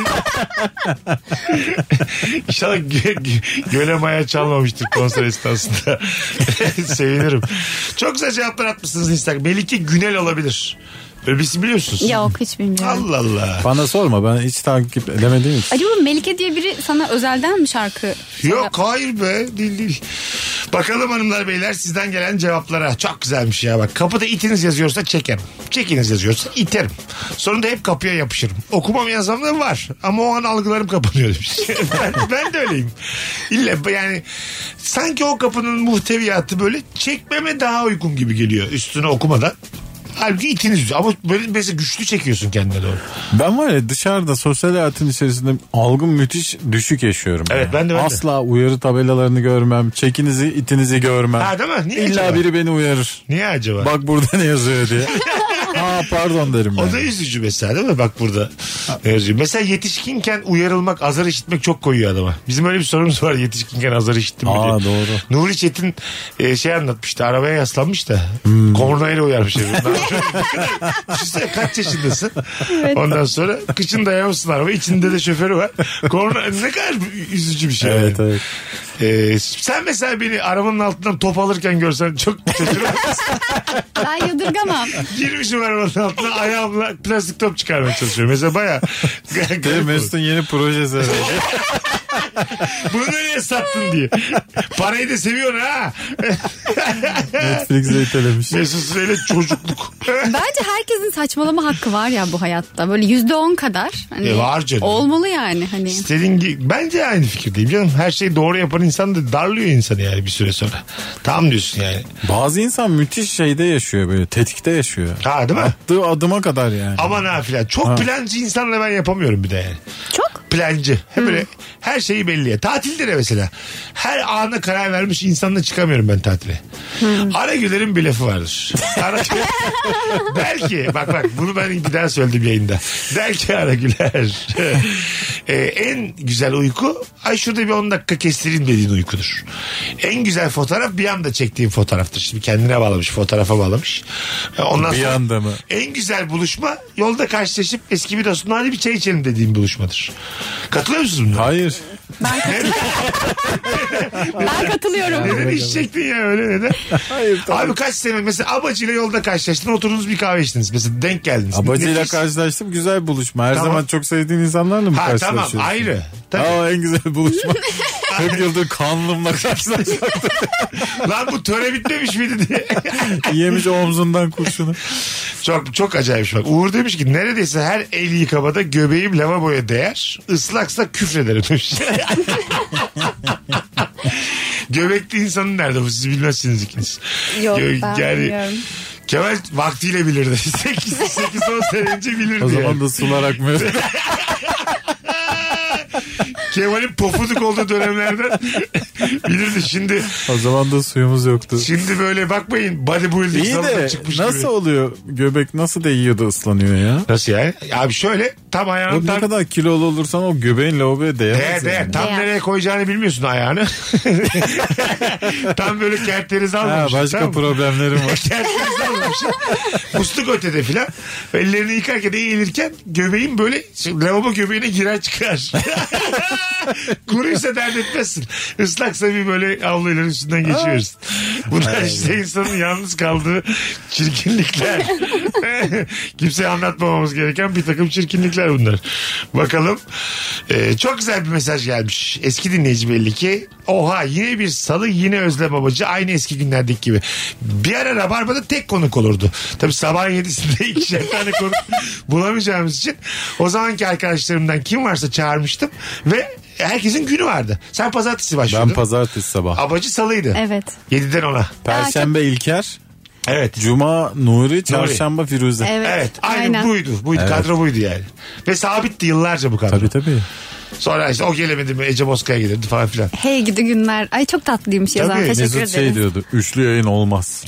İnşallah göle maya çalmamıştır konser esnasında. Sevinirim. Çok güzel cevaplar atmışsınız Instagram. Melike Günel olabilir. Böyle birisi biliyorsunuz. Yok hiç bilmiyorum. Allah Allah. Bana sorma, ben hiç takip edemediğim için. Acaba Melike diye biri sana özelden mi şarkı? Yok hayır be, değil. Bakalım hanımlar beyler sizden gelen cevaplara. Çok güzelmiş ya bak. Kapıda itiniz yazıyorsa çekerim. Çekiniz yazıyorsa iterim. Sonunda hep kapıya yapışırım. Okumam yazmam da var. Ama o an algılarım kapanıyor demiş. ben de öyleyim. İlla yani sanki o kapının muhteviyatı böyle çekmeme daha uygun gibi geliyor. Üstüne okumadan. Halbuki itiniz ama böyle mesela güçlü çekiyorsun kendine doğru. Ben var ya dışarıda sosyal hayatın içerisinde algım müthiş düşük yaşıyorum. Evet ben de. Asla uyarı tabelalarını görmem. Çekinizi itinizi görmem. Ha değil mi? Niye İlla acaba? biri beni uyarır. Niye acaba? Bak burada ne yazıyor diye. Pardon derim ben. O da üzücü mesela değil mi? Bak burada yazıyor. Mesela yetişkinken uyarılmak, azar işitmek çok koyuyor adama. Bizim öyle bir sorumuz var, yetişkinken azar işittim mi diye. Doğru. Nuri Çetin şey anlatmıştı. Arabaya yaslanmış da kornayla uyarmış. Düşünsene kaç yaşındasın? Evet. Ondan sonra kıçın dayamışsın araba. İçinde de şoförü var. Korna ne kadar üzücü bir şey. Evet yani. evet. Sen mesela beni arabanın altından top alırken görsen çok şaşırmazsın. Ben yadırgamam. Girmişim arabanın altına ayağımla plastik top çıkarmaya çalışıyorum. Mesela baya Mesut'un yeni projesi herhalde. bunu nereye sattın diye. Parayı da seviyorsun ha. Netflix'e itelemiş. Mesut Süreyle çocukluk. Bence herkesin saçmalama hakkı var ya bu hayatta. Böyle %10 kadar. Hani var canım. olmalı yani. Hani. İstediğin gibi. Bence aynı fikirdeyim canım. Her şeyi doğru yapan insan da darlıyor insanı yani bir süre sonra. Tamam diyorsun yani. Bazı insan müthiş şeyde yaşıyor böyle. Tetikte yaşıyor. Ha değil mi? Attığı adıma kadar yani. Aman ha filan. Çok plancı insanla ben yapamıyorum bir de yani. Çok? Plancı. Hep böyle her şeyi belli ya. Tatilde de mesela. Her ana karar vermiş insanla çıkamıyorum ben tatile. Aragüler'in bir lafı vardır. Belki bak bunu ben bir daha söyledim yayında. Belki Aragüler en güzel uyku ay şurada bir 10 dakika kestireyim dediğin uykudur. En güzel fotoğraf bir anda çektiğin fotoğraftır. Şimdi kendine bağlamış, fotoğrafa bağlamış. Ondan bir sonra anda mı? en güzel buluşma yolda karşılaşıp eski bir dostumla hadi bir çay içelim dediğim buluşmadır. Katılıyor musunuz buna? Hayır. Ben katılıyorum. Neden iş çektin ya öyle neden? Hayır. Abi kaç sene mesela abacıyla yolda karşılaştın oturdunuz bir kahve içtiniz. Mesela denk geldiniz. Abacıyla Nefis. karşılaştım, güzel buluşma. Her Tamam. zaman çok sevdiğin insanlarla mı Ha karşılaşıyorsun? tamam ayrı. Tabii. En güzel buluşma. 40 yıldır kanlımla karşılaştık. Lan bu töre bitmemiş miydi diye. Yemiş omzundan kurşunu. Çok acayip bak. Uğur demiş ki neredeyse her el yıkamada göbeğim lavaboya değer. Islaksa küfrederim demiş. Göbekli insanın nerede bu siz bilmezsiniz ikiniz. Yok ben bilmiyorum. Kemal vaktiyle bilirdi. 8-10 sene önce bilirdi. O zaman yani. da sular akmıyor. Kemal'in pofuduk olduğu dönemlerden bilirdi. Şimdi O zaman da suyumuz yoktu. şimdi böyle bakmayın bodybuilding İyi salonuna de çıkmış nasıl gibi. oluyor? Göbek nasıl değiyor da ıslanıyor ya? Nasıl yani? Abi şöyle tam ayağını O ne tam... kadar kilolu olursan o göbeğin lavaboya değemez. Değer. yani. Tam Değer. nereye koyacağını bilmiyorsun ayağını. Tam böyle kerteriz Ha, almamış. başka tamam mı? problemlerim var. Kerteriz almamış. Musluk ötede filan. Ellerini yıkarken eğilirken göbeğin böyle lavabo göbeğine girer çıkar. Kuruysa dert etmezsin. Islaksa bir böyle avluyla üstünden geçiyoruz. Bunlar işte insanın yalnız kaldığı çirkinlikler. Kimseye anlatmamamız gereken bir takım çirkinlikler bunlar. Bakalım. Çok güzel bir mesaj gelmiş. Eski dinleyici belli ki. Oha yine bir salı yine Özlem Babacı. Aynı eski günlerdeki gibi. Bir ara Rabarba'da tek konuk olurdu. Tabii sabah 7'sinde 2'şer tane konuk bulamayacağımız için o zamanki arkadaşlarımdan kim varsa çağırmıştım ve herkesin günü vardı. Sen pazartesi başlıyordun. Ben pazartesi sabah. Abacı salıydı. Evet. 7'den 10'a. Perşembe İlker. Evet. Cuma Nuri. Çarşamba Firuze. Evet. Aynen. Buydu. Evet. Kadro buydu yani. Ve sabitti yıllarca bu kadro. Tabii. Sonra işte o gelemedi mi Ece Bozkaya gelirdi falan filan. Hey gidi günler. Ay çok tatlıymış yazan. Tabii, Teşekkür Mesut ederim. diyordu. Üçlü yayın olmaz.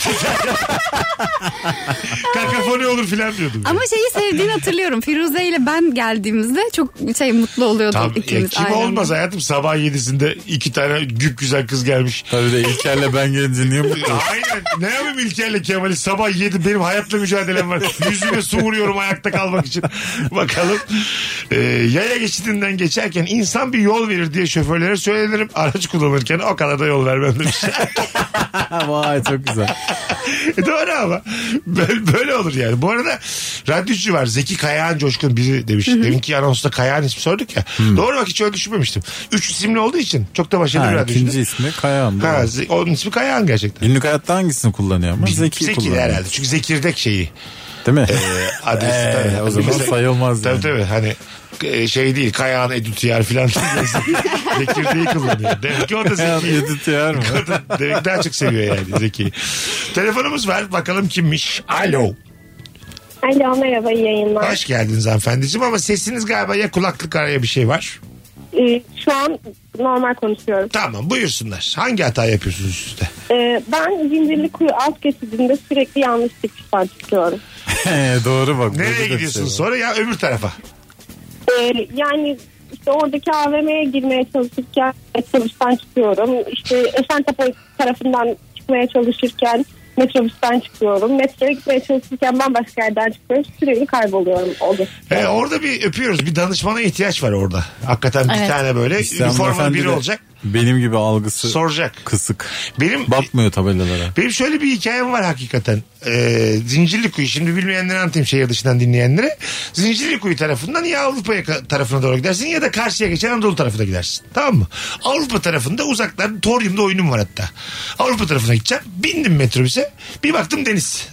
Kakafoni olur filan diyordum. Ama şeyi sevdiğini hatırlıyorum. Firuze ile ben geldiğimizde çok mutlu oluyorduk Tam, ikimiz. kim aynı olmaz anda. hayatım sabah 7'sinde 2 tane güp güzel kız gelmiş. Tabii de İlker'le ben gelince niye mutlu? Aynen. Ne yapayım İlker'le Kemal'i sabah 7 benim hayatla mücadelem var. Yüzüme su vuruyorum ayakta kalmak için. Bakalım. Yaya geçidinden geçerken kullanırken insan bir yol verir diye şoförlere söylerim. Araç kullanırken o kadar da yol vermem demiş. Vay çok güzel. Doğru ama böyle olur yani. Bu arada radyocu var, Zeki Kayağan Coşkun biri demiş. Deminki anonsta Kayağan ismi sorduk ya. Doğru, bak hiç öyle düşünmemiştim. 3 isimli olduğu için çok da başarılı bir radyocu. İkinci ismi Kayağan. Onun ismi Kayağan gerçekten. Günlük hayatta hangisini kullanıyor ama? Zeki kullanıyor. Herhalde. Çünkü zekirdek şeyi. Değil mi? Adresi o zaman sayılmaz. Tabii hani şey değil, Kayağan Edutiyar falan. Zekirdeği kullanıyor. Demek ki o da Zeki. Edutiyar mı? Demek ki daha çok seviyor yani Zeki'yi. Telefonumuz var. Bakalım kimmiş? Alo. Alo, merhaba, iyi yayınlar. Hoş geldiniz hanımefendiciğim, ama sesiniz galiba ya kulaklık araya bir şey var. Şu an normal konuşuyorum. Tamam, buyursunlar. Hangi hata yapıyorsunuz üstte? Ben Zincirlikuyu alt geçidinde sürekli yanlış çıkıştan çıkıyorum. Doğru bak. Nereye gidiyorsun sonra? Ya öbür tarafa. Yani işte oradaki AVM'ye girmeye çalışırken metrobüsten çıkıyorum. İşte Esentepe tarafından çıkmaya çalışırken metrobüsten çıkıyorum. Metroya gitmeye çalışırken bambaşka yerden çıkıyorum. Sürekli kayboluyorum. Orada bir öpüyoruz. Bir danışmana ihtiyaç var orada. Hakikaten bir tane böyle üniformalı biri olacak. Benim gibi algısı soracak. Kısık. Benim bakmıyor tabelalara. Benim şöyle bir hikayem var hakikaten. Zincirlikuyu, şimdi bilmeyenlere anlatayım, şehir dışından dinleyenlere. Zincirlikuyu tarafından ya Avrupa tarafına doğru gidersin ya da karşıya geçen Anadolu tarafına gidersin. Tamam mı? Avrupa tarafında uzaklarda Torium'da oyunum var hatta. Avrupa tarafına gideceğim. Bindim metrobüse. Bir baktım deniz.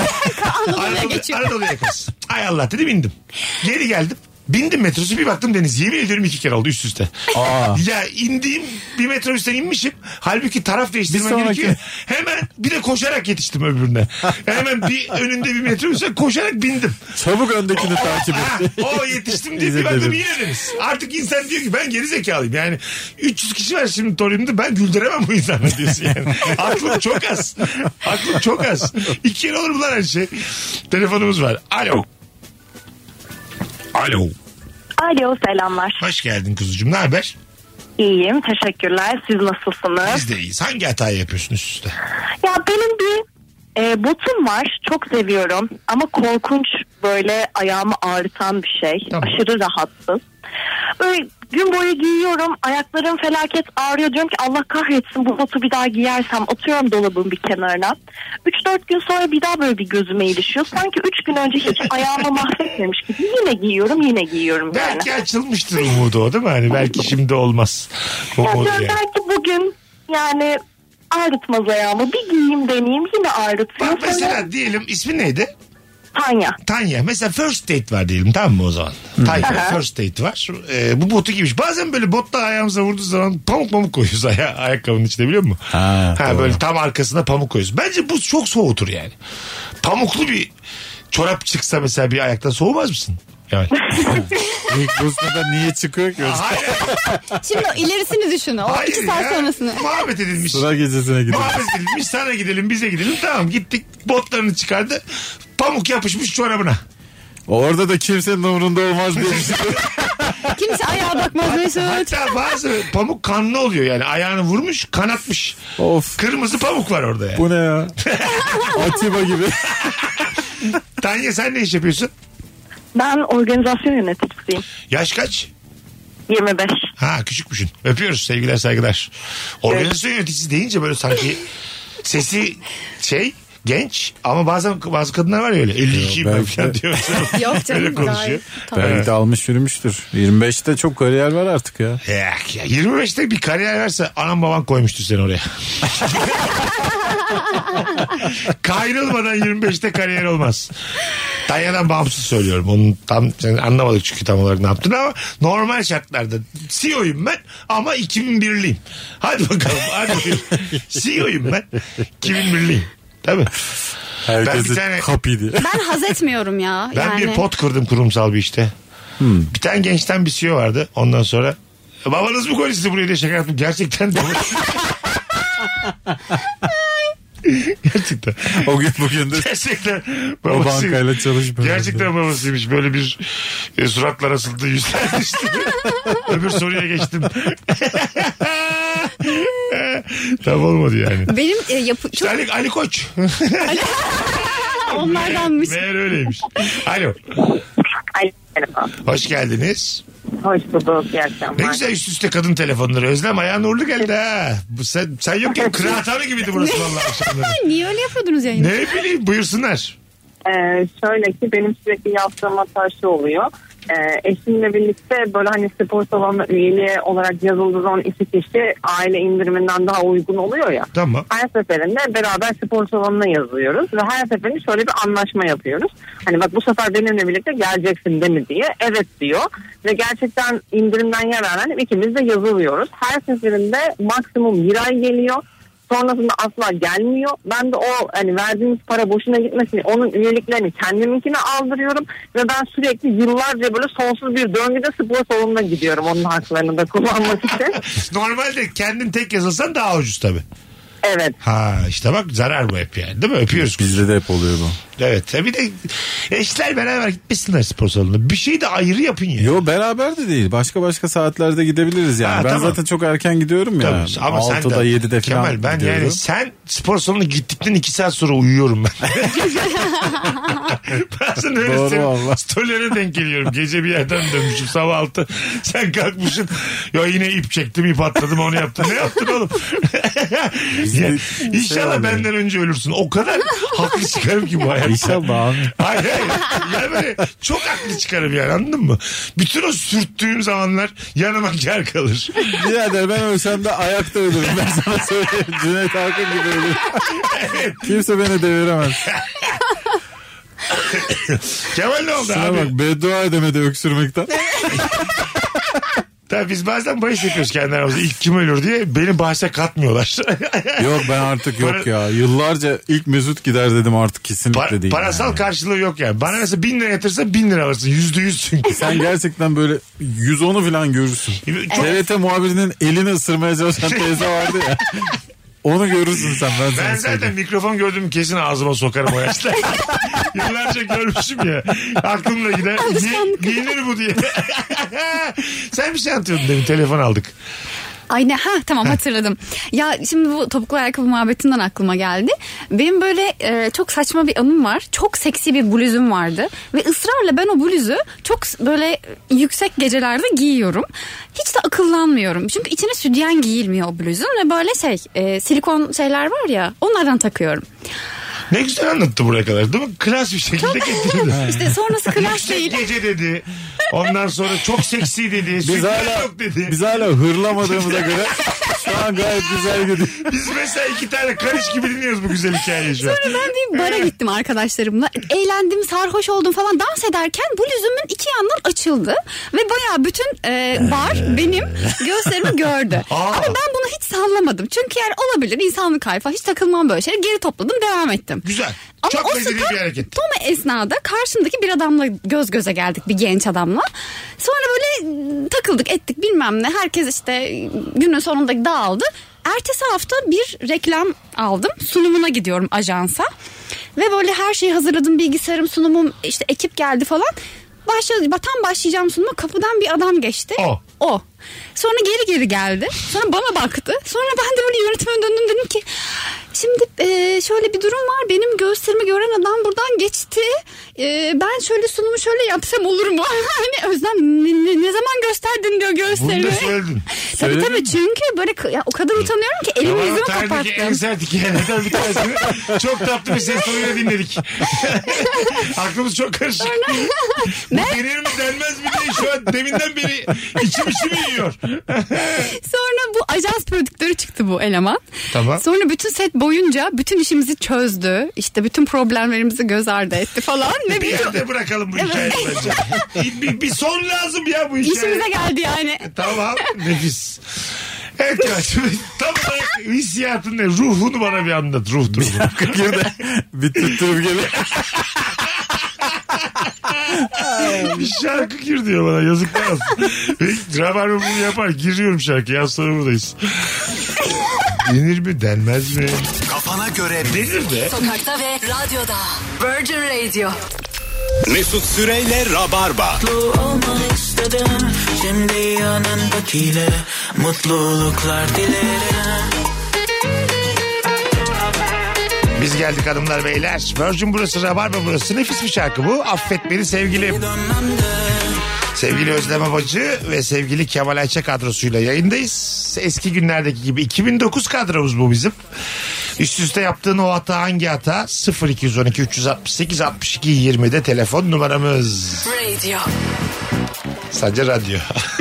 Anadolu'ya yakasın. Ay Allah dedi, bindim. Geri geldim. Bindim metrosu, bir baktım deniz. Yemin ediyorum 2 kere oldu üst üste. Ya indiğim bir metrobüsten inmişim. Halbuki taraf değiştirmem gerekiyor. Hemen bir de koşarak yetiştim öbürüne. Hemen bir önünde bir metrobüse koşarak bindim. Çabuk öndekini takip et. Yetiştim diye bir baktım yine deniz. Artık insan diyor ki ben geri zekalıyım. Yani 300 kişi var şimdi Torium'da, ben güldüremem bu insanları diyorsun yani. Aklım çok az. Aklım çok az. 2 kere olur mu lan her şey? Telefonumuz var. Alo. Alo. Alo, selamlar. Hoş geldin kuzucuğum, ne haber? İyiyim, teşekkürler. Siz nasılsınız? Biz de iyiyiz. Hangi hatayı yapıyorsunuz üstte? Ya benim bir botum var. Çok seviyorum. Ama korkunç, böyle ayağımı ağrıtan bir şey. Tamam. Aşırı rahatsız. Böyle gün boyu giyiyorum. Ayaklarım felaket ağrıyor. Diyorum ki Allah kahretsin, bu botu bir daha giyersem. Atıyorum dolabın bir kenarına. 3-4 gün sonra bir daha böyle bir gözüme ilişiyor. Sanki 3 gün önce hiç ayağımı mahvetmemiş gibi. Yine giyiyorum yani. Belki açılmıştır umudu o, değil mi? Hani belki şimdi olmaz. Belki bugün yani ağrıtmaz ayağımı. Bir giyeyim deneyeyim, yine ağrıtıyor. Bak mesela diyelim ismi neydi? Tanya. Mesela first date var diyelim, tamam mı o zaman? Tanya first date var. Bu botu giymiş. Bazen böyle botla ayağımıza vurduğu zaman pamuk koyuyoruz ayakkabının içinde, biliyor musun? Böyle tam arkasına pamuk koyuyoruz. Bence bu çok soğutur yani. Pamuklu bir çorap çıksa mesela bir ayaktan soğumaz mısın? Yani. Bu sırada niye çıkıyor ki? Şimdi o ilerisini düşün. O 2 saat sonrasını. Muhabbet edilmiş. Sıra gecesine gidelim. Muhabbet edilmiş. Sana gidelim, bize gidelim. Tamam, gittik. Botlarını çıkardı. Pamuk yapışmış çorabına. Orada da kimsenin umurunda olmaz diye düşünüyorum. Kimse ayağa bakmaz Mesut. Hatta bazı pamuk kanlı oluyor yani. Ayağını vurmuş, kanatmış. Of. Kırmızı pamuk var orada yani. Bu ne ya? Atiba gibi. Tanya, sen ne iş yapıyorsun? Ben organizasyon yöneticisiyim. Yaş kaç? 25. Küçükmüşsün. Öpüyoruz, sevgiler saygılar. Organizasyon yöneticisi deyince böyle sanki sesi genç, ama bazı kadınlar var ya öyle 52 falan diyor. Yok canım, öyle konuşuyor. Belki de almış yürümüştür. 25'te çok kariyer var artık ya. Ya 25'te bir kariyer verse anam baban koymuştur seni oraya. Kayrılmadan 25'te kariyer olmaz. Tanya'dan bağımsız söylüyorum. Onu tam anlamadık çünkü tam olarak ne yaptığını, ama normal şartlarda CEO'yum ben ama 2001'liyim. Hadi bakalım. CEO'yum ben. 2001'liyim. Tabii. Herkesi kapıydı. Ben haz etmiyorum ya. Ben bir pot kırdım kurumsal bir işte. Bir tane gençten bir CEO vardı. Ondan sonra babanız mı koydu sizi buraya diye şaka yaptım. Gerçekten de. Gerçekten. O gün bugündür. Gerçekten o bankayla çalışmıyor. Gerçekten babasıymış. Böyle bir suratlar asıldı, yüzler düştü. Öbür soruya geçtim. Tam olmadı yani. Benim İşte Ali Koç. Onlardanmış. Meğer öyleymiş. Alo. Merhaba. Hoş geldiniz. Hoş bulduk. İyi akşamlar. Ne güzel üst üste kadın telefonları. Özlem ayağın uğurlu geldi ha. Sen yokken kıraathane gibiydi burası vallahi akşamları. Niye öyle yapıyordunuz yayını? Ne bileyim, buyursunlar. Şöyle ki benim sürekli yaptığım hata şu oluyor. Eşimle birlikte böyle hani spor salonu üyeliği olarak yazıldığı zaman 2 kişi aile indiriminden daha uygun oluyor ya. Tamam. Her seferinde beraber spor salonuna yazıyoruz ve her seferinde şöyle bir anlaşma yapıyoruz. Hani bak bu sefer benimle birlikte geleceksin değil mi diye. Evet diyor ve gerçekten indirimden yararlanıp ikimiz de yazılıyoruz. Her seferinde maksimum 1 ay geliyor. Sonrasında asla gelmiyor. Ben de o hani verdiğimiz para boşuna gitmesin, onun üyeliklerini kendiminkine aldırıyorum ve ben sürekli yıllarca böyle sonsuz bir döngüde spor salonuna gidiyorum onun haklarını da kullanmak için. Normalde kendin tek yazılsan daha ucuz tabii. Evet. Ha işte bak, zarar bu hep yani, değil mi? Öpüyoruz. Bizde de hep oluyor bu. Evet. Bir de eşler beraber gitmesinler spor salonuna. Bir şey de ayrı yapın ya. Yo, beraber de değil. Başka saatlerde gidebiliriz yani. Ben tamam. zaten çok erken gidiyorum ya. Tabii. Ama 6'da 7'de falan Kemal, ben gidiyorum. yani sen spor salonuna gittikten 2 saat sonra uyuyorum ben. Bazen öyle Doğru senin valla. storylerine denk geliyorum. Gece bir yerden dönmüşüm sabah 6. Sen kalkmışsın. Ya yine ip çektim, ip atladım, onu yaptım. Ne yaptın oğlum? Ya, İnşallah benden önce ölürsün. O kadar haklı çıkarım ki bu hayatta. İnşallah abi. Hayır. Yani böyle çok haklı çıkarım yani, anladın mı? Bütün o sürttüğüm zamanlar yanıma kâr kalır. Birader ben ölsem de ayakta ölürüm. Ben sana söyleyeyim. Cüneyt Arkın gibi ölürüm. Evet. Kimse beni deviremez. Kemal ne oldu Şuna abi? bak, beddua edemedi öksürmekten. Tabii biz bazen bahis yapıyoruz kendi aramızda. İlk kim ölür diye, beni bahse katmıyorlar. Yok ben artık yok ya. Yıllarca ilk Mesut gider dedim, artık kesinlikle değil. Parasal yani. Karşılığı yok yani. Bana mesela 1000 lira yatırsa 1000 lira alırsın. %100 çünkü. Sen gerçekten böyle 110'u falan görürsün. TRT muhabirinin elini ısırmaya çalışan teyze vardı ya. Onu görürsün sen. Ben zaten mikrofon gördüğüm kesin ağzıma sokarım o yaşta. Yıllarca görmüşüm ya. Aklımla gider. Yenir bu diye. Sen bir şey anlatıyordun demin, telefon aldık. Aynen, tamam hatırladım. Ya şimdi bu topuklu ayakkabı muhabbetinden aklıma geldi. Benim böyle çok saçma bir anım var. Çok seksi bir bluzum vardı. Ve ısrarla ben o bluzu çok böyle yüksek gecelerde giyiyorum. Hiç de akıllanmıyorum. Çünkü içine sütyen giyilmiyor o bluzun. Ve böyle silikon şeyler var ya, onlardan takıyorum. Ne güzel anlattı buraya kadar, değil mi? Klas bir şekilde getirdi. İşte sonrası klas değil. Yüksek gece dedi. Ondan sonra çok seksi dedi. Sütyen yok dedi. Biz hala hırlamadığımıza göre şu an gayet güzel gidiyor. Biz mesela 2 tane karış gibi dinliyoruz bu güzel hikayeyi şu an. Sonra ben bir bara gittim arkadaşlarımla. Eğlendim, sarhoş oldum falan. Dans ederken bluzumun 2 yandan açıldı. Ve bayağı bütün bar benim göğüslerimi gördü. Ama ben bunu hiç sallamadım. Çünkü yani olabilir, insanlık hali falan. Hiç takılmam böyle şeylere. Geri topladım, devam ettim. Güzel. Ama çok o medeni bir hareket. Tam esnada karşımdaki bir adamla göz göze geldik, bir genç adamla. Sonra böyle takıldık ettik bilmem ne. Herkes işte günün sonunda dağıldı. Ertesi hafta bir reklam aldım. Sunumuna gidiyorum ajansa. Ve böyle her şeyi hazırladım. Bilgisayarım, sunumum, işte ekip geldi falan. Tam başlayacağım sunuma, kapıdan bir adam geçti. O. Sonra geri geldi. Sonra bana baktı. Sonra ben de böyle yönetime döndüm, dedim ki şimdi şöyle bir durum var. Benim göğüslerimi gören adam buradan geçti. Ben şöyle sunumu şöyle yapsam olur mu? Hani Özlem ne zaman gösterdin diyor göğüslerimi. Bunu da söyledin. Tabii çünkü böyle ya, o kadar utanıyorum ki elimi yüzümü kapattım. En sert hikayelerden bir tanesini çok tatlı bir ses tonuyla dinledik. Aklımız çok karışık. Bu denir mi denmez mi diye şu an deminden beri içimi yiyor. Sonra bu ajans prodüktörü çıktı bu eleman. Tamam. Sonra bütün set boyunca bütün işimizi çözdü. İşte bütün problemlerimizi göz ardı etti falan. Bir yerde bırakalım bu hikayeyi bence. Bir son lazım ya bu hikaye. İşimize geldi yani. Tamam, nefis. Evet ya, tam olarak hissiyatın ne? Ruhunu bana bir anlat. Ruh durumu. Bir tutturup geliyor. Bir şarkı gir diyor bana, yazıklar olsun. Rabarba bunu yapar, giriyorum şarkıya, az sonra buradayız. Denir mi denmez mi? Kafana göre denir de. Sokakta ve radyoda Virgin Radio. Mesut Süreyle Rabarba. Mutlu olmak istedim, şimdi yanındakiyle mutluluklar dilerim. Biz geldik hanımlar beyler. Virgin burası, Rabarba burası. Nefis bir şarkı bu. Affet beni sevgilim. Sevgili Özlem Abacı ve sevgili Kemal Ayça kadrosuyla yayındayız. Eski günlerdeki gibi 2009 kadromuz bu bizim. Üst üste yaptığın o hata hangi hata? 0212 368 62 20'de telefon numaramız. Radio. Sadece radyo.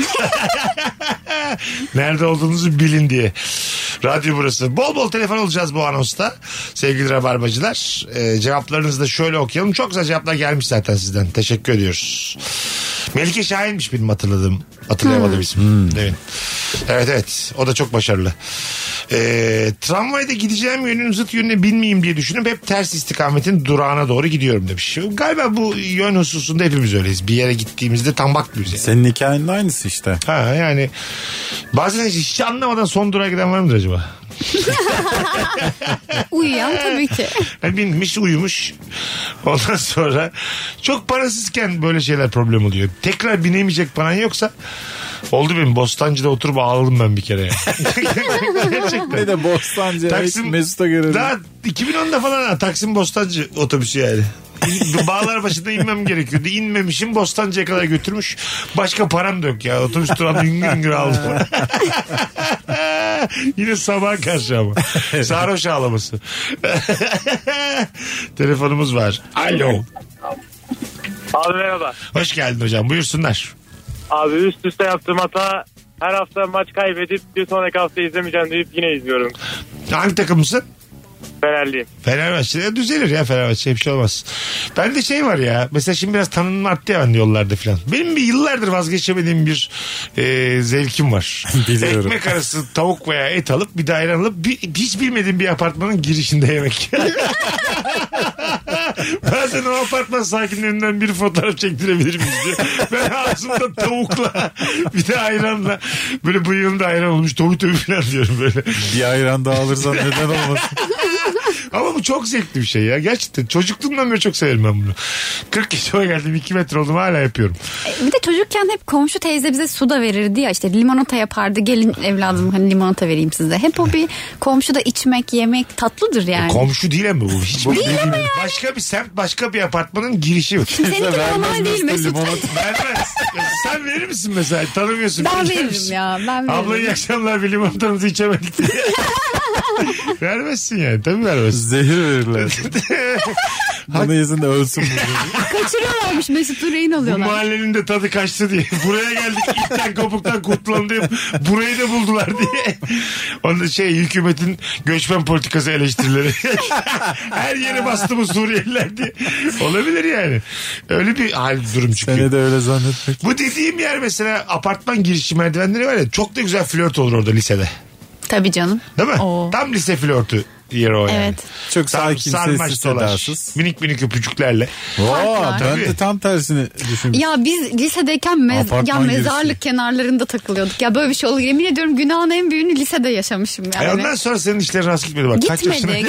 Nerede olduğunuzu bilin diye. Radyo burası. Bol bol telefon alacağız bu anonsta. Sevgili Rabarbacılar. Cevaplarınızı da şöyle okuyalım. Çok güzel cevaplar gelmiş zaten sizden. Teşekkür ediyoruz. Melike Şahin'miş benim hatırlayamadım isim. Evet. O da çok başarılı. Tramvayda gideceğim yönün zıt yönüne binmeyeyim diye düşünüp hep ters istikametin durağına doğru gidiyorum demiş. Galiba bu yön hususunda hepimiz öyleyiz. Bir yere gittiğimizde tam bakmıyoruz yani. Senin hikayenin aynısı işte. Ha yani bazen hiç anlamadan son durağa giden var mıdır acaba? Uyuyan tabii ki. Yani binmiş uyumuş. Ondan sonra çok parasızken böyle şeyler problem oluyor. Tekrar binemeyecek paran yoksa oldu benim Bostancı'da oturup ağladım ben bir kere. Gerçekten. Ne de Bostancı. Taksim, Mesut'a göre. Daha 2010'da falan Taksim Bostancı otobüsü yani. Bağlar başında inmem gerekiyordu. İnmemişim, Bostancı'ya kadar götürmüş. Başka param da yok ya. Otobüs durağında hüngür aldım. Yine sabaha karşı ama. Sarhoş ağlaması. Telefonumuz var. Alo. Abi merhaba. Hoş geldin hocam. Buyursunlar. Abi üst üste yaptığım hata, her hafta maç kaybedip bir sonraki hafta izlemeyeceğim deyip yine izliyorum. Hangi takımlısın? Fenerliyim. Fenerbahçe düzelir ya, Fenerbahçe bir şey olmaz. Bende şey var ya, mesela şimdi biraz tanınım arttı ya ben yollarda falan. Benim bir yıllardır vazgeçemediğim bir zevkim var. Ekmek arası tavuk veya et alıp bir daire alıp hiç bilmediğim bir apartmanın girişinde yemek. Bazen o apartman sakinlerinden bir fotoğraf çektirebilir miyiz diye. Ben ağzımda tavukla bir de ayranla böyle bıyığımda ayran olmuş tobi falan diyorum böyle. Bir ayran daha alırsan neden olmasın? Ama bu çok zevkli bir şey ya. Gerçekten çocukluğumdan beri çok severim ben bunu. 40 yaşıma geldim 2 metre oldum hala yapıyorum. Bir de çocukken hep komşu teyze bize su da verirdi ya, işte limonata yapardı. Gelin evladım hani limonata vereyim size. Hep o bir komşu da içmek yemek tatlıdır yani. Komşu değil mi bu? Hiç değil ama yani. Başka bir semt başka bir apartmanın girişi. Seninki normal değil Mesut. Vermez. Sen verir misin mesela? Tanımıyorsun. Ben veririm ya. Ben veririm. Abla iyi akşamlar, bir limonatanızı içemedik diye. Vermezsin yani. Tabii vermezsin. Zehir verirler. Bana yesin de ölsün. Kaçırıyorlarmış Mesut, rehin alıyorlar. Bu mahallenin de tadı kaçtı diye. Buraya geldik itten kopuktan kurtulalım diye. Burayı da buldular diye. Onda hükümetin göçmen politikası eleştirileri. Her yere bastı bu Suriyeliler diye. Olabilir yani. Öyle bir hal durum çıkıyor. Seni de öyle zannetmek. Bu dediğim yer mesela apartman girişi merdivenleri var ya, çok da güzel flört olur orada lisede. Tabii canım. Değil mi? Oo. Tam lise flörtü yeri o yani. Evet. Çok sakin, sessiz, sedasız. Minik minik öpücüklerle. Ben de tam tersini düşünmüştüm. Ya biz lisedeyken mezarlık kenarlarında takılıyorduk. Ya böyle bir şey olur. Yemin ediyorum günahın en büyüğünü lisede yaşamışım yani. Ondan sonra senin işlerin rast gitmedi bak. Gitmedi.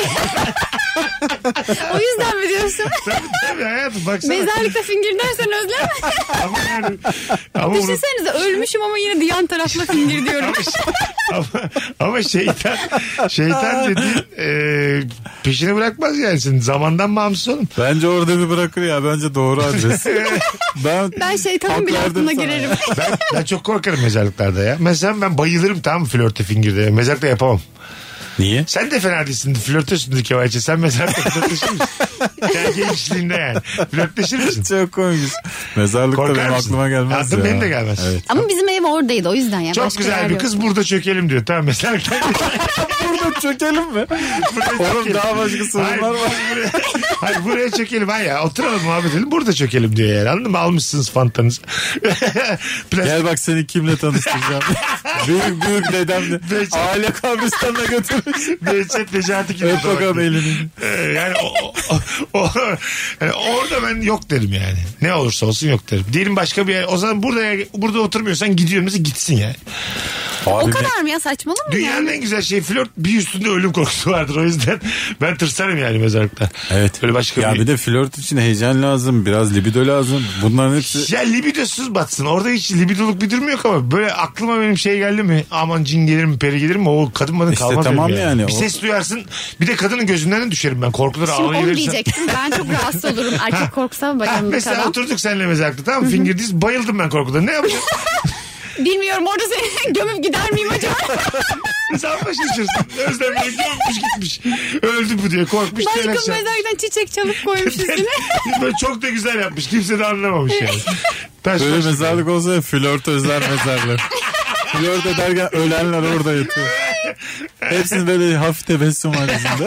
O yüzden mi diyorsun? Tabii hayatım baksana. Mezarlıkta fingir dersen özlem. Ama düşünsenize ölmüşüm ama yine diyan tarafla fingir diyorum. ama şeytan dediğin peşini bırakmaz yani, senin zamandan bağımsız oğlum. Bence orada bir bırakır ya, bence doğru adres. Ben şeytanın bile aklına girerim. Ben çok korkarım mezarlıklarda ya. Mesela ben bayılırım, tamam mı, flörte fingirde. Mezarlıkta yapamam. Niye? Sen de fena değilsin. Flörtösündür Kemal'ce. Sen mezarlıkta flörtleşir misin? Yani gençliğinde yani. Flörtleşir misin? Çok komik. Mezarlıkta Korkar benim mısın? aklıma gelmez Aslında ya. benim de gelmez. Evet. Ama bizim ev oradaydı o yüzden ya. Çok başka güzel bir kız, burada çökelim diyor. Tamam mezarlıkta. Burada çökelim mi? Oğlum daha başka sorunlar var. Hayır buraya çökelim. Hayır ya, oturalım muhabbet edelim. Burada çökelim diyor yani. Anladın mı? Almışsınız fantanızı. Gel bak seni kimle tanıştıracağım. büyük dedemle. Aile kabristanına götürmüş. Behçet Necati gibi. Öp bakalım elini. Yani yani orada ben yok derim yani. Ne olursa olsun yok derim. Diyelim başka bir yer. O zaman burada oturmuyorsan gidiyorum mesela, gitsin yani. O kadar mı ya, saçmalama mı Dünyanın en güzel şey flört, bir üstünde ölüm korkusu vardır, o yüzden ben tırsarım yani mezarlıkta. Evet. Böyle başka ya bir de flört için heyecan lazım, biraz libido lazım. Bunların hepsi... Ya libidosuz batsın. Orada hiç libidoluk bir durum yok ama böyle aklıma benim şey geldi mi? Aman cin gelir mi, peri gelir mi? O kadın bana İşte kalmaz. tamam benim yani. Bir ses duyarsın. Bir de kadının gözünden düşerim ben. Korkuları Şimdi onu ağlayıverirsem. diyecektim. Ben çok rahatsız olurum. Erkek korkusam bacağımda Mesela kalan. oturduk seninle mezarlıkta, tamam mı? Fingerdiz, bayıldım ben korkudan. Ne yapacağız? Bilmiyorum, orada seni gömüp gider miyim acaba? Sen başlaşırsın. Özlem beni gömmüş gitmiş. Öldü bu diye korkmuş. Başka mezardan çiçek çalıp koymuş üstüne. Böyle çok da güzel yapmış. Kimse de anlamamış yani. Böyle mezarlık olsa flörtözler mezarlığı. Flört ederken ölenler orada yatıyor. Hepsinin böyle hafif tebessüm var yüzünde.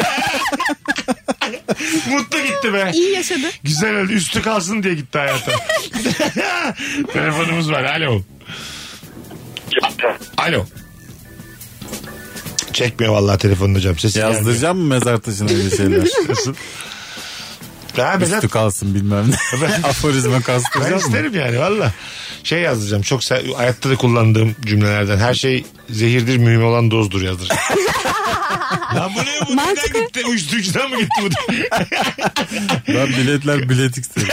Mutlu gitti be. İyi yaşadı. Güzel öldü. Üstü kalsın diye gitti hayata. Telefonumuz var. Alo. Alo. Çekmiyor vallahi telefonunu hocam. Sesi yazdıracağım mı mezar taşına öyle şeyler? Nasıl? Ha, üstü kalsın bilmem ne. Aforizma kastıracağım mı? Ben isterim yani valla. Şey yazdıracağım. Çok hayatta da kullandığım cümlelerden. Her şey zehirdir, mühim olan dozdur yazdıracağım. Lan bu ne bu? Neden gitti? Uyuşturucudan mı gitti bu? Ben bilet istedim.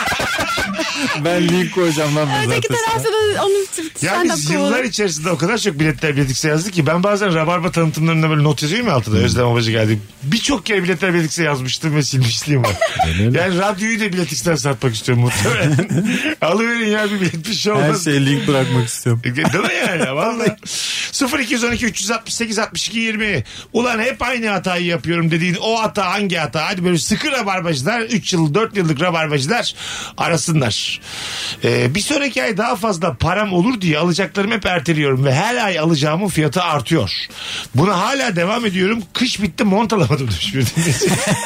Ben link koyacağım lan mezar Öteki tarafta da onu ya biz yıllar içerisinde o kadar çok biletler yazdık ki ben bazen Rabarba tanıtımlarında böyle not yazıyorum ya altında. Özlem Abacı geldi. Birçok kere biletler yazmıştım ve silmişliğim var. Yani radyoyu da biletiksten satmak istiyorum muhtemelen. Alıverin ya bir bilet, bir şey olmaz. Her şeye link bırakmak istiyorum. Değil mi yani? Vallahi. 0212 368 62 20. Ulan hep aynı hatayı yapıyorum dediğin o hata hangi hata? Hadi böyle sıkı rabarbacılar, 3 yıl 4 yıllık rabarbacılar arasınlar. Bir sonraki ay daha fazla param olur diye alacaklarımı hep erteliyorum ve her ay alacağımın fiyatı artıyor. Buna hala devam ediyorum. Kış bitti, mont alamadım demiş bir dinleyici.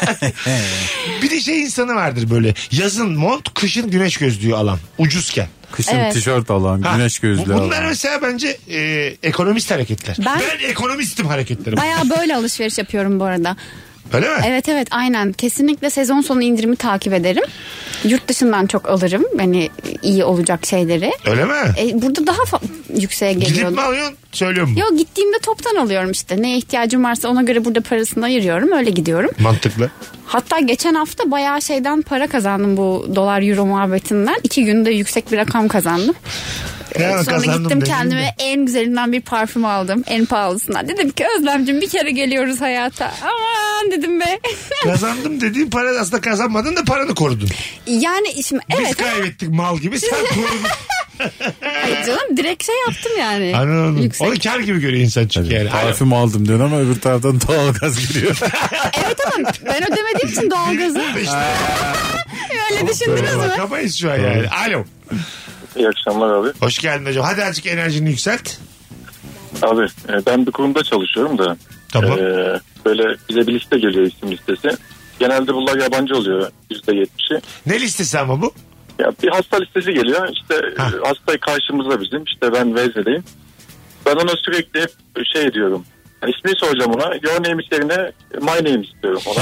Bir de şey insanı vardır böyle. Yazın mont, kışın güneş gözlüğü alan. Ucuzken. Kışın tişört alan, güneş gözlüğü alan. Bunlar mesela bence ekonomist hareketler. Ben ekonomistim hareketlerim. Bayağı böyle alışveriş yapıyorum bu arada. Öyle mi? Evet aynen. Kesinlikle sezon sonu indirimi takip ederim. Yurt dışından çok alırım. Hani iyi olacak şeyleri. Öyle mi? Burada daha yükseğe geliyor. Gidip mi alıyorsun? Söylüyor mu? Yok, gittiğimde toptan alıyorum işte. Neye ihtiyacım varsa ona göre burada parasını ayırıyorum. Öyle gidiyorum. Mantıklı. Hatta geçen hafta bayağı şeyden para kazandım bu dolar euro muhabbetinden. 2 günde yüksek bir rakam kazandım. Sonra gittim kendime en güzelinden bir parfüm aldım. En pahalısından. Dedim ki Özlemciğim bir kere geliyoruz hayata. Aman dedim be. Kazandım dediğin para aslında kazanmadın da paranı korudun. Yani şimdi evet. Biz kaybettik mal gibi, sen korudun. Hayır canım, direkt şey yaptım yani. Anladım. Yüksek. Onu kar gibi görüyor insan çünkü yani. Parfüm aldım diyorsun ama öbür taraftan doğalgaz giriyor. Evet ama ben ödemediğim için doğalgazı. Öyle düşündünüz mü? Bakamayız şu an yani. Alo. İyi akşamlar abi. Hoş geldin hocam. Hadi azıcık enerjini yükselt. Abi ben bir kurumda çalışıyorum da. Tamam. Böyle bize bir liste geliyor, isim listesi. Genelde bunlar yabancı oluyor, %70'i. Ne listesi ama bu? Ya bir hasta listesi geliyor. İşte hasta karşımızda bizim. İşte ben Vezne'deyim. Ben ona sürekli hep şey diyorum. Yani ismini soracağım ona. Your name yerine my name istiyorum ona.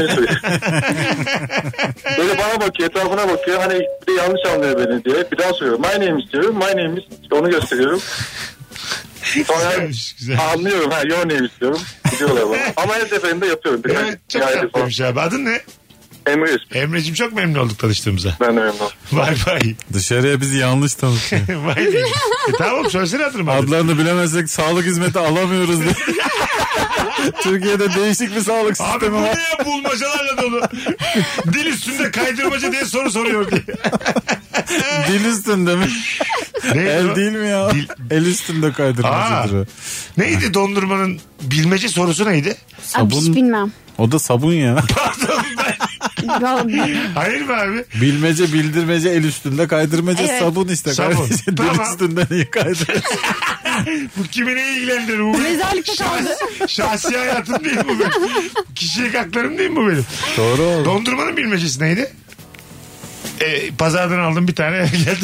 Böyle bana bakıyor, etrafına bakıyor. Hani bir de yanlış anlıyor beni diye. Bir daha soruyorum. My name istiyorum. My name onu gösteriyorum. Sonra anlıyorum. Your name istiyorum. Gidiyorlar bana. Ama her seferinde yapıyorum. Evet, çok tatlıymış abi. Adın ne? Emre. Emre'cim çok memnun olduk tanıştığımıza. Ben de memnun oldum. Vay vay. Dışarıya bizi yanlış tanıtıyor. Vay be. Tamam söylesene hatırım. Adlarını bilemezsek sağlık hizmeti alamıyoruz diye. Türkiye'de değişik bir sağlık sistemi abi, var. Abi bu ne ya, bulmacalarla dolu. Dil üstünde kaydırmaca diye soru soruyor diye. Dil üstünde mi? El değil mi ya? El üstünde kaydırmacıdır. Neydi dondurmanın bilmece sorusu neydi? Abi hiç bilmem. O da sabun ya. Pardon ben. Hayır mı abi? Bilmece, bildirmece, el üstünde kaydırmaca, evet. Sabun işte. Sabun. Tamam. Dil üstünden iyi kaydırmaca. Bu kimi ne ilgilendirir? Bu mezarlıkta kaldı. Şahsi hayatım değil bu benim. Kişilik haklarım değil bu benim. Doğru. Dondurmanın bilmecesi neydi? Pazardan aldım bir tane geldim.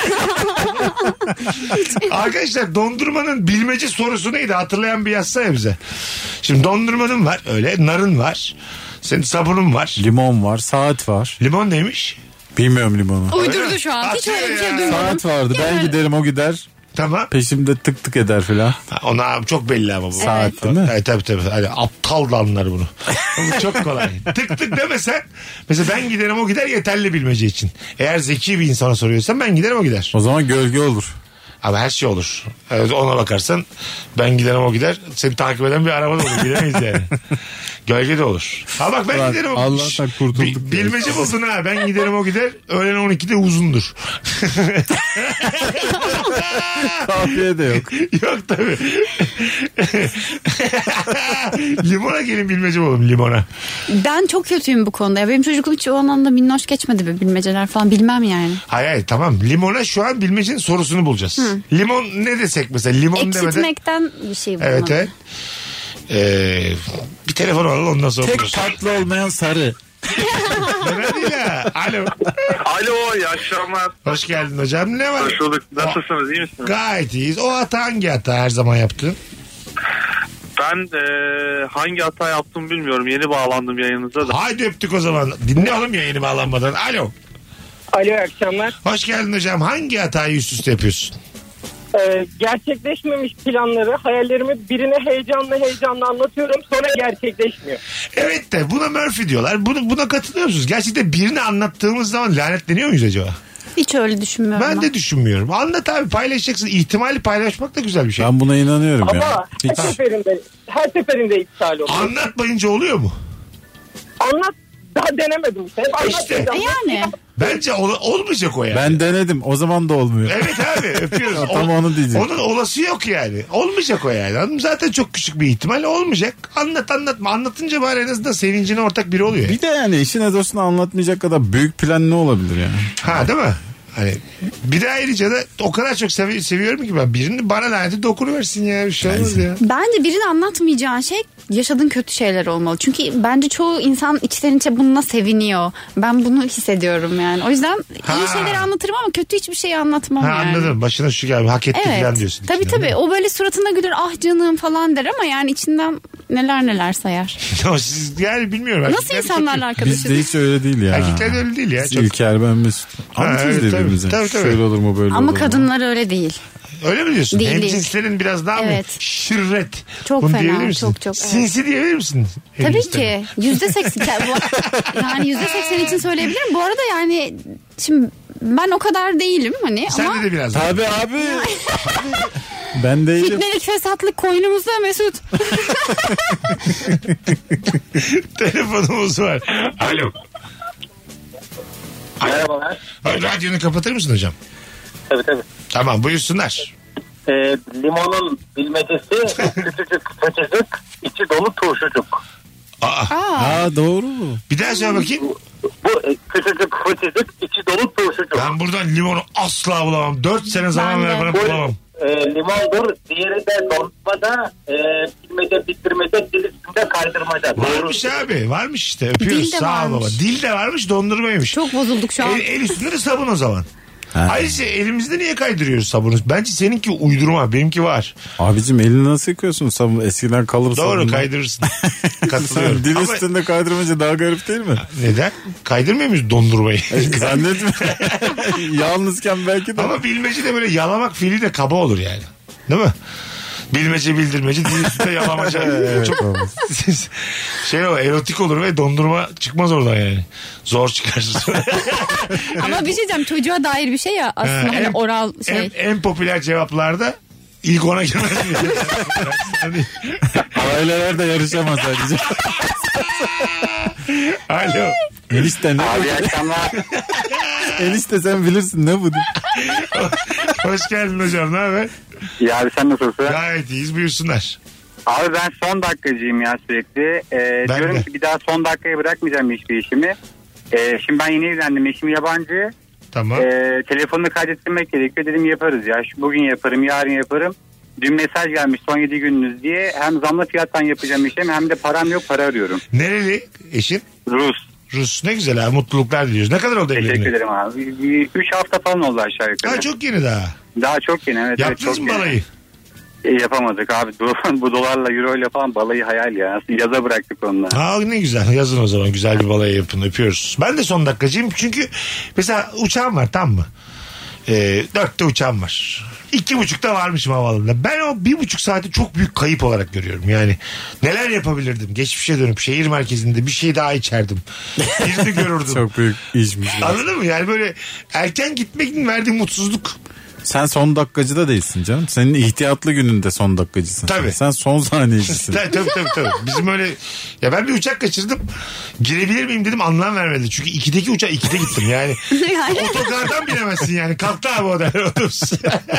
Arkadaşlar dondurmanın bilmece sorusu neydi? Hatırlayan bir yazsa ya bize. Şimdi dondurmanın var öyle, narın var. Senin sabunun var. Limon var, saat var. Limon neymiş? Bilmiyorum limonu. Uydurdu şu an. Hiç öyle bir şey duymadım. Saat vardı. Ben giderim o gider. Tamam. Peşimde tık tık eder filan. Ona çok belli ama bu. Saat değil mi? Evet tabii. Hani aptal da anlar bunu. Bu çok kolay. Tık tık demesen mesela ben giderim o gider yeterli bilmece için. Eğer zeki bir insana soruyorsan ben giderim o gider. O zaman gölge olur. Abi her şey olur. Evet, ona bakarsan ben giderim o gider. Seni takip eden bir araba da olur. Bilemeyiz yani. Gölge de olur. Ha bak ben giderim o gider. Allah'tan kurtulduk. Bilmece buldun ha. Ben giderim o gider. Öğlen 12'de uzundur. Kafiye de yok. Yok tabii. Limona gelin bilmece bulalım limona. Ben çok kötüyüm bu konuda. Ya benim çocukluğum hiç o anlamda minnoş geçmedi be, bilmeceler falan bilmem yani. Hayır tamam. Limona şu an bilmecenin sorusunu bulacağız. Limon ne desek mesela? Limon demeden. Eksiltmekten bir şey bulmadım. Evet. Bir telefon alalım ondan sonra. Tek tatlı olmayan sarı. Neden değil ha? Alo. Alo, iyi akşamlar. Hoş geldin hocam. Ne var? Hoş bulduk. Nasılsınız, iyi misiniz? Gayet iyiyiz. O hata hangi hata her zaman yaptın? Ben hangi hata yaptım bilmiyorum. Yeni bağlandım yayınınıza da. Haydi öptük o zaman. Dinle oğlum yayını bağlanmadan. Alo. Alo, iyi akşamlar. Hoş geldin hocam. Hangi hatayı üst üste yapıyorsun? Gerçekleşmemiş planları, hayallerimi birine heyecanla anlatıyorum, sonra gerçekleşmiyor. Evet de buna Murphy diyorlar. Buna katılıyor musunuz? Gerçekten birini anlattığımız zaman lanetleniyor muyuz acaba? Hiç öyle düşünmüyorum. Ben de düşünmüyorum. Anlat abi, paylaşacaksın. İhtimali paylaşmak da güzel bir şey. Ben buna inanıyorum Ama ya. her seferinde iptal oluyor. Anlatmayınca oluyor mu? Daha denemedim işte. İşte. Yani. Bence olmayacak o yani. Ben denedim. O zaman da olmuyor. Evet abi öpüyoruz. Tam onu diyeceğim. Onun olası yok yani. Olmayacak o yani. Zaten çok küçük bir ihtimal olmayacak. Anlatma. Anlatınca bari en azından sevincine ortak biri oluyor. Bir de yani işine dostuna anlatmayacak kadar büyük plan ne olabilir yani? Ha değil mi? Hani bir de ayrıca da o kadar çok seviyorum ki ben birini bana laneti dokunuversin ya, bir şey olmaz ya. Bence birini anlatmayacağın şey yaşadığın kötü şeyler olmalı. Çünkü bence çoğu insan içten içe bununla seviniyor. Ben bunu hissediyorum yani. O yüzden iyi şeyleri anlatırım ama kötü hiçbir şeyi anlatmam yani. Anladım. Başına şu geldi, hak etti falan diyorsun. Tabii. O böyle suratına gülür, ah canım falan der ama yani içinden neler sayar. Siz yani bilmiyorum. Nasıl insanlarla arkadaşız? Bizde hiç öyle değil ya. Erkekler öyle değil ya. Çok... İlker, ben Mesut. Anlatırız birbirimize. Tabii. Şöyle olur mu böyle ama olur mu? kadınlar öyle değil. Öyle mi diyorsun? Değil. Hemcinslerin biraz daha mı şirret? Çok bunu fena. Çok. Sinsi diyebilir misin? Tabii ki. %80. Yani %80 için söyleyebilirim. Bu arada yani şimdi ben o kadar değilim hani. Sen ama... de biraz. Tabii abi. Ben değilim. Fitnelik fesatlık koynumuzda Mesut. Telefonumuz var. Alo. Merhabalar. Radyonu kapatır mısın hocam? Tabii. Tamam, buyursunlar. Limonun bilmecesi küçücük içi dolu turşucuk. Aa doğru mu? Bir daha söyle bakayım. Bu küçücük içi dolu turşucuk. Ben buradan limonu asla bulamam. 4 sene zaman ver bana, bulamam. Limondur, diğeri de dondurmada, bilmece bitirmede, dil üstünde kaydırmada. Varmış abi, varmış işte, öpüyoruz. Sağ ol baba. Dil de varmış, dondurmaymış. Çok bozulduk şu an. El üstünde de sabun o zaman. Ayrıca elimizde niye kaydırıyoruz sabunu? Bence seninki uydurma, benimki var. Abicim elini nasıl yıkıyorsun sabun? Eskiden kalır sabun. Doğru, kaydırırsın. Katılıyorum. Dil üstünde kaydırmayınca daha garip değil mi? Neden? Kaydırmıyor muyuz dondurmayı? Zannetme. Yalnızken belki de. Ama bilmece de böyle yalamak fiili de kaba olur yani. Değil mi? Bilmece bildirmece dil üstünde yalamaca. Çok o erotik olur ve dondurma çıkmaz oradan yani. Zor çıkar. Ama bir şey diyeceğim, çocuğa dair bir şey ya aslında hani oral şey. En popüler cevaplarda ilk ona girmez mi? Aileler de yarışamaz sadece. Alo. Enişte ne? Abi akşamlar. Enişte sen bilirsin ne bu? Hoş geldin hocam, ne haber? İyi abi, sen nasılsın? Gayet iyiyiz, buyursunlar. Abi ben son dakikacıyım ya sürekli. Diyorum ki bir daha son dakikaya bırakmayacağım hiçbir işimi. Şimdi ben yeni evlendim, eşim yabancı. Tamam. Telefonunu kaydettirmek gerekiyor, dedim yaparız ya. Bugün yaparım, yarın yaparım. Dün mesaj gelmiş son 7 gününüz diye. Hem zamlı fiyattan yapacağım işlemi hem de param yok, para arıyorum. Nereli eşin? Rus. Ne güzel abi, mutluluklar diliyoruz. Ne kadar oldu evlenme? Teşekkür ederim abi. 3 hafta falan oldu aşağı yukarı. Ha, çok yeni daha. Daha çok yeni, evet. Yaptınız mı balayı? Yapamadık abi. Bu dolarla euro ile falan balayı hayal ya. Yaza bıraktık onunla. Ha, ne güzel. Yazın o zaman. Güzel bir balayı yapın. Öpüyoruz. Ben de son dakikacıyım. Çünkü mesela uçağım var, tamam mı? 4'te uçağım var. 2.30'da varmışım havaalanında. Ben o 1.5 saati çok büyük kayıp olarak görüyorum. Yani neler yapabilirdim? Geçmişe dönüp şehir merkezinde bir şey daha içerdim. Birini görürdüm. Çok büyük işmiş. Anladın mı? Yani böyle erken gitmenin verdiği mutsuzluk. Sen son dakikacı da değilsin canım. Senin ihtiyatlı gününde son dakikacısın. Tabii. Sen son saniyecisin. tabii. Bizim öyle... Ya ben bir uçak kaçırdım. Girebilir miyim dedim, anlam vermedi. Çünkü 2'deki uçağa 2'de gittim yani. Otogardan binemezsin yani. Kalktı abi o der otobüs.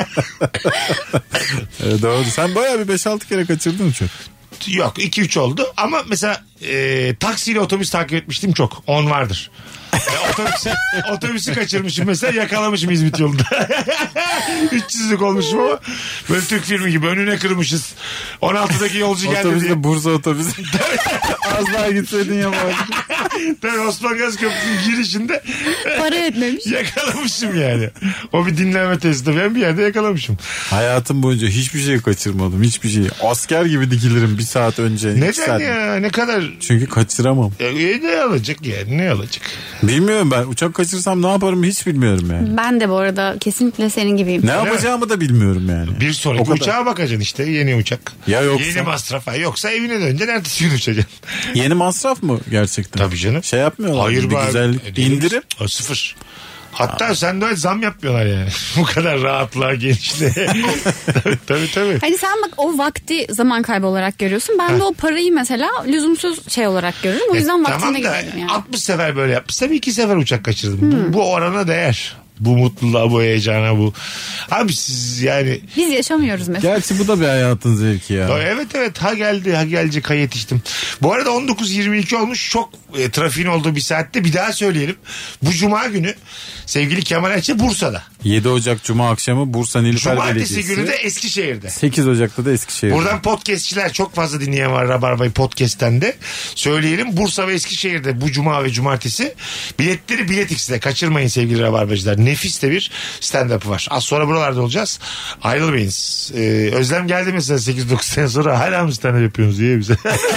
Doğru. Sen bayağı bir 5-6 kere kaçırdın uçak. Yok 2-3 oldu ama mesela taksiyle otobüs takip etmiştim çok. 10 vardır. Otobüsü kaçırmışım mesela, yakalamışım İzmit yolunda. 300'lük olmuşum ama böyle Türk filmi gibi önüne kırmışız. 16'daki yolcu geldi Otobüs de diye. Bursa otobüsü. Az daha gitseydin ya bari. Tabii Osman Gazi Köprüsü'nün girişinde para etmemiş. Yakalamışım yani. O bir dinlenme testi. Ben bir yerde yakalamışım. Hayatım boyunca hiçbir şey kaçırmadım. Hiçbir şey. Asker gibi dikilirim bir saat önce. Neden ya? Ne kadar? Çünkü kaçıramam. Ne alacak yani? Ne alacak? Bilmiyorum ben. Uçak kaçırsam ne yaparım hiç bilmiyorum yani. Ben de bu arada kesinlikle senin gibiyim. Ne yapacağımı da bilmiyorum yani. Bir sonraki uçağa bakacaksın işte. Yeni uçak. Ya yoksa? Yeni masrafa. Yoksa evine döneceksin. Ertesi gün uçacaksın. Yeni masraf mı gerçekten? Tabii canım. Şey yapmıyorlar. Hayır bir güzellik. İndirim. O sıfır. Hatta sen de zam yapmıyorlar yani. Bu kadar rahatlığa, genişliğe. tabii. Hani sen bak o vakti zaman kaybı olarak görüyorsun. Ben de o parayı mesela lüzumsuz şey olarak görüyorum. O yüzden vaktinde tamam da gidelim yani. 60 sefer böyle yapmışsam 2 sefer uçak kaçırdım. Bu orana değer. Bu mutluluğa, bu heyecana, bu. Abi siz yani. Biz yaşamıyoruz mesela. Gerçi bu da bir hayatın zevki ya. Evet. Ha geldi, ha gelecek, ha yetiştim. Bu arada 19.22 olmuş. Çok trafiğin olduğu bir saatte bir daha söyleyelim. Bu cuma günü sevgili Kemal Ayça Bursa'da. 7 Ocak Cuma akşamı Bursa Nilüfer Belediyesi. Cumartesi günü de Eskişehir'de. 8 Ocak'ta da Eskişehir'de. Buradan podcastçiler çok fazla dinleyen var Rabarba'yı podcast'ten de. Söyleyelim, Bursa ve Eskişehir'de bu cuma ve cumartesi. Biletleri Bilet X'de kaçırmayın sevgili Rabarbacılar. Nefis de bir stand-up'ı var. Az sonra buralarda olacağız. Ayrılmayınız. Özlem geldi mesela 8-9 sene sonra, hala mı stand-up yapıyorsunuz diye bize.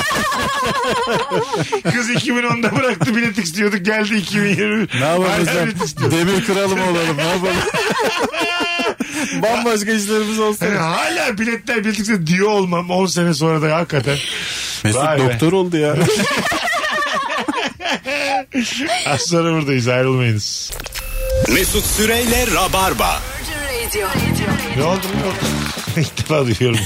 Kız 2010'da bıraktı, Bilet X diyorduk, geldi 2020. Ne yapalım Özlem? Demir kralı mı olalım, ne yapalım? Bambaşka işlerimiz olsun. Yani hala biletler Bilet X'de diyor olmam 10 sene sonra da hakikaten. Mesut doktor oldu ya. Az sonra buradayız, ayrılmayınız. Mesut Süreyle Rabarba. Ne oldu? İlk defa duyuyorum.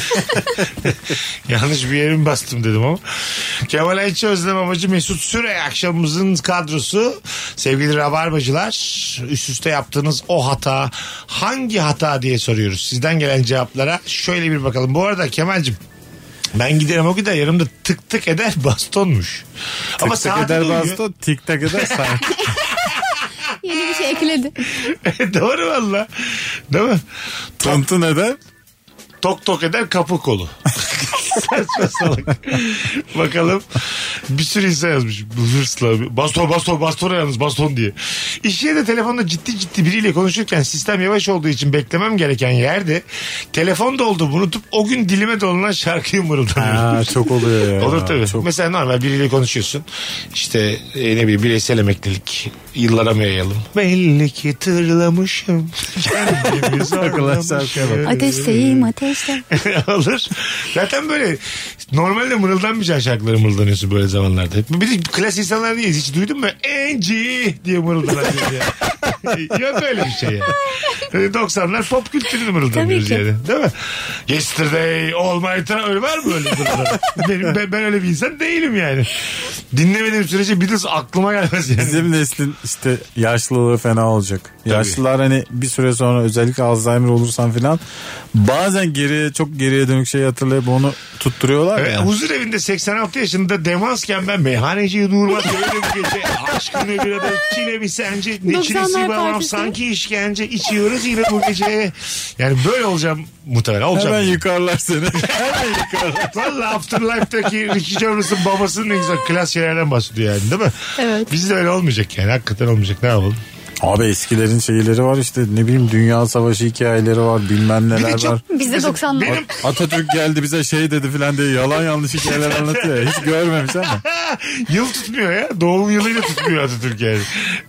Yanlış bir yerimi bastım dedim ama. Kemal Ayça, Özlem Amacı, Mesut Süre akşamımızın kadrosu. Sevgili Rabarbacılar, üst üste yaptığınız o hata hangi hata diye soruyoruz. Sizden gelen cevaplara şöyle bir bakalım. Bu arada Kemal'cim, ben giderim o gider, yanımda tık tık eder bastonmuş. Ama tık tık eder uyuyor. baston, tik tak eder saat. Yeni bir şey ekledi. Doğru valla. Değil mi? Tıntı neden? Tok tok eder kapı kolu. Saçma salak. Bakalım. Bir sürü insan yazmış. Bu hırsla. Baston yalnız baston diye. İş yerinde telefonda ciddi biriyle konuşurken sistem yavaş olduğu için beklemem gereken yerde telefon doldu, unutup o gün dilime dolanan şarkıyı mırıldanıyorum. Çok oluyor ya. Olur tabii. Çok. Mesela normal biriyle konuşuyorsun. İşte ne bileyim, bireysel emeklilik. Yıllara mayayalım. Belli ki tırlamışım. Kendimi zorlamışım. Ateşteyim ateşte. Olur. Zaten böyle normalde mırıldanmayacaksın şarkıları mırıldanıyorsun böyle zamanlarda. Bir de klas insanlar değiliz. Hiç duydun mu? Enci diye mırıldanıyoruz ya. Yok öyle bir şey ya. 90'lar pop kültürünü mırıldanıyoruz yani. Değil mi? Yesterday, All My Time, öyle var mı öyle? Ben öyle bir insan değilim yani. Dinlemediğim sürece bir de aklıma gelmez yani. Bizim neslin işte yaşlılığı fena olacak. Tabii. Yaşlılar hani bir süre sonra özellikle Alzheimer olursan filan bazen çok geriye dönük şey hatırlayıp onu tutturuyorlar ya. Huzur evinde 86 yaşında demansken ben meyhaneciyi durmaz öyle bir gece. Aşkın öbür adı çile bir sence. Ne çilesi babam sanki işkence. İçiyoruz yine bu gece. Yani böyle olacağım muhtemelen. Olacağım. Hemen yıkarlar seni. Hemen yıkarlar. Valla Afterlife'daki Ricky Gervais'ın babasının ne güzel klas şeylerden bahsediyor yani, değil mi? Evet. Bizde öyle olmayacak yani. Hakikaten olmayacak. Ne yapalım? Abi eskilerin şeyleri var işte, ne bileyim, Dünya Savaşı hikayeleri var, bilmem neler var. Bizde 90'lar. Atatürk geldi bize şey dedi filan diye yalan yanlış hikayeler anlatıyor ya. Hiç görmemiş ama. Yıl tutmuyor ya. Doğum yılıyla tutmuyor Atatürk yani.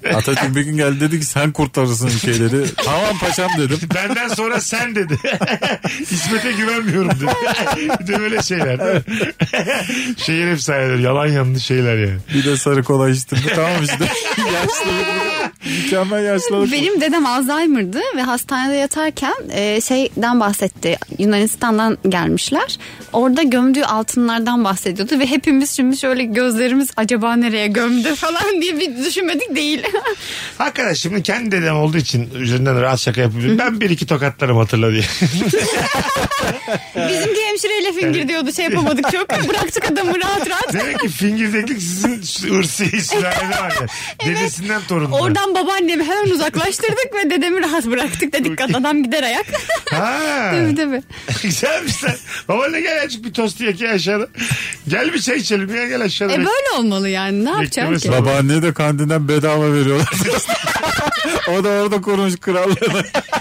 Atatürk bir gün geldi dedi ki sen kurtarırsın ülkeyi dedi. Tamam paşam dedim. Benden sonra sen dedi. İsmet'e güvenmiyorum dedi. Bir de böyle şeyler değil mi? Şehir efsaneleri, yalan yanlış şeyler yani. Bir de sarı kola içtim. Tamam işte. Yaşlılık. Mükemmel yaşlılık. Benim dedem Alzheimer'dı ve hastanede yatarken şeyden bahsetti. Yunanistan'dan gelmişler. Orada gömdüğü altınlardan bahsediyordu ve hepimiz şimdi şöyle gözlerimiz acaba nereye gömdü falan diye bir düşünmedik değil. Hakikaten şimdi kendi dedem olduğu için üzerinden rahat şaka yapabilirim. Ben bir iki tokatlarım hatırla diye. Bizimki hemşireyle fingir diyordu, şey yapamadık çok. Bıraktık adamı rahat rahat. Demek ki fingirdeklik sizin ırsi sülalede var ya. Evet. Dedesinden torununa. Oradan babaannemi hemen uzaklaştırdık ve dedemi rahat bıraktık dedik. Adam gider ayak. Ha. Tabii. Güzelmiş sen. Babaanne gel açık bir tost ye aşağıda. Gel bir çay içelim ya, gel aşağıda. Böyle olmalı yani, ne yapacağım ki? Babaanneye de kantinden bedava veriyorlar. O da orada kurmuş krallığını.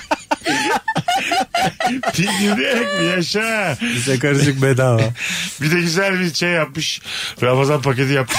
Fingir diyerek mi yaşa? Bize karışık bedava. Bir de güzel bir şey yapmış. Ramazan paketi yapmış.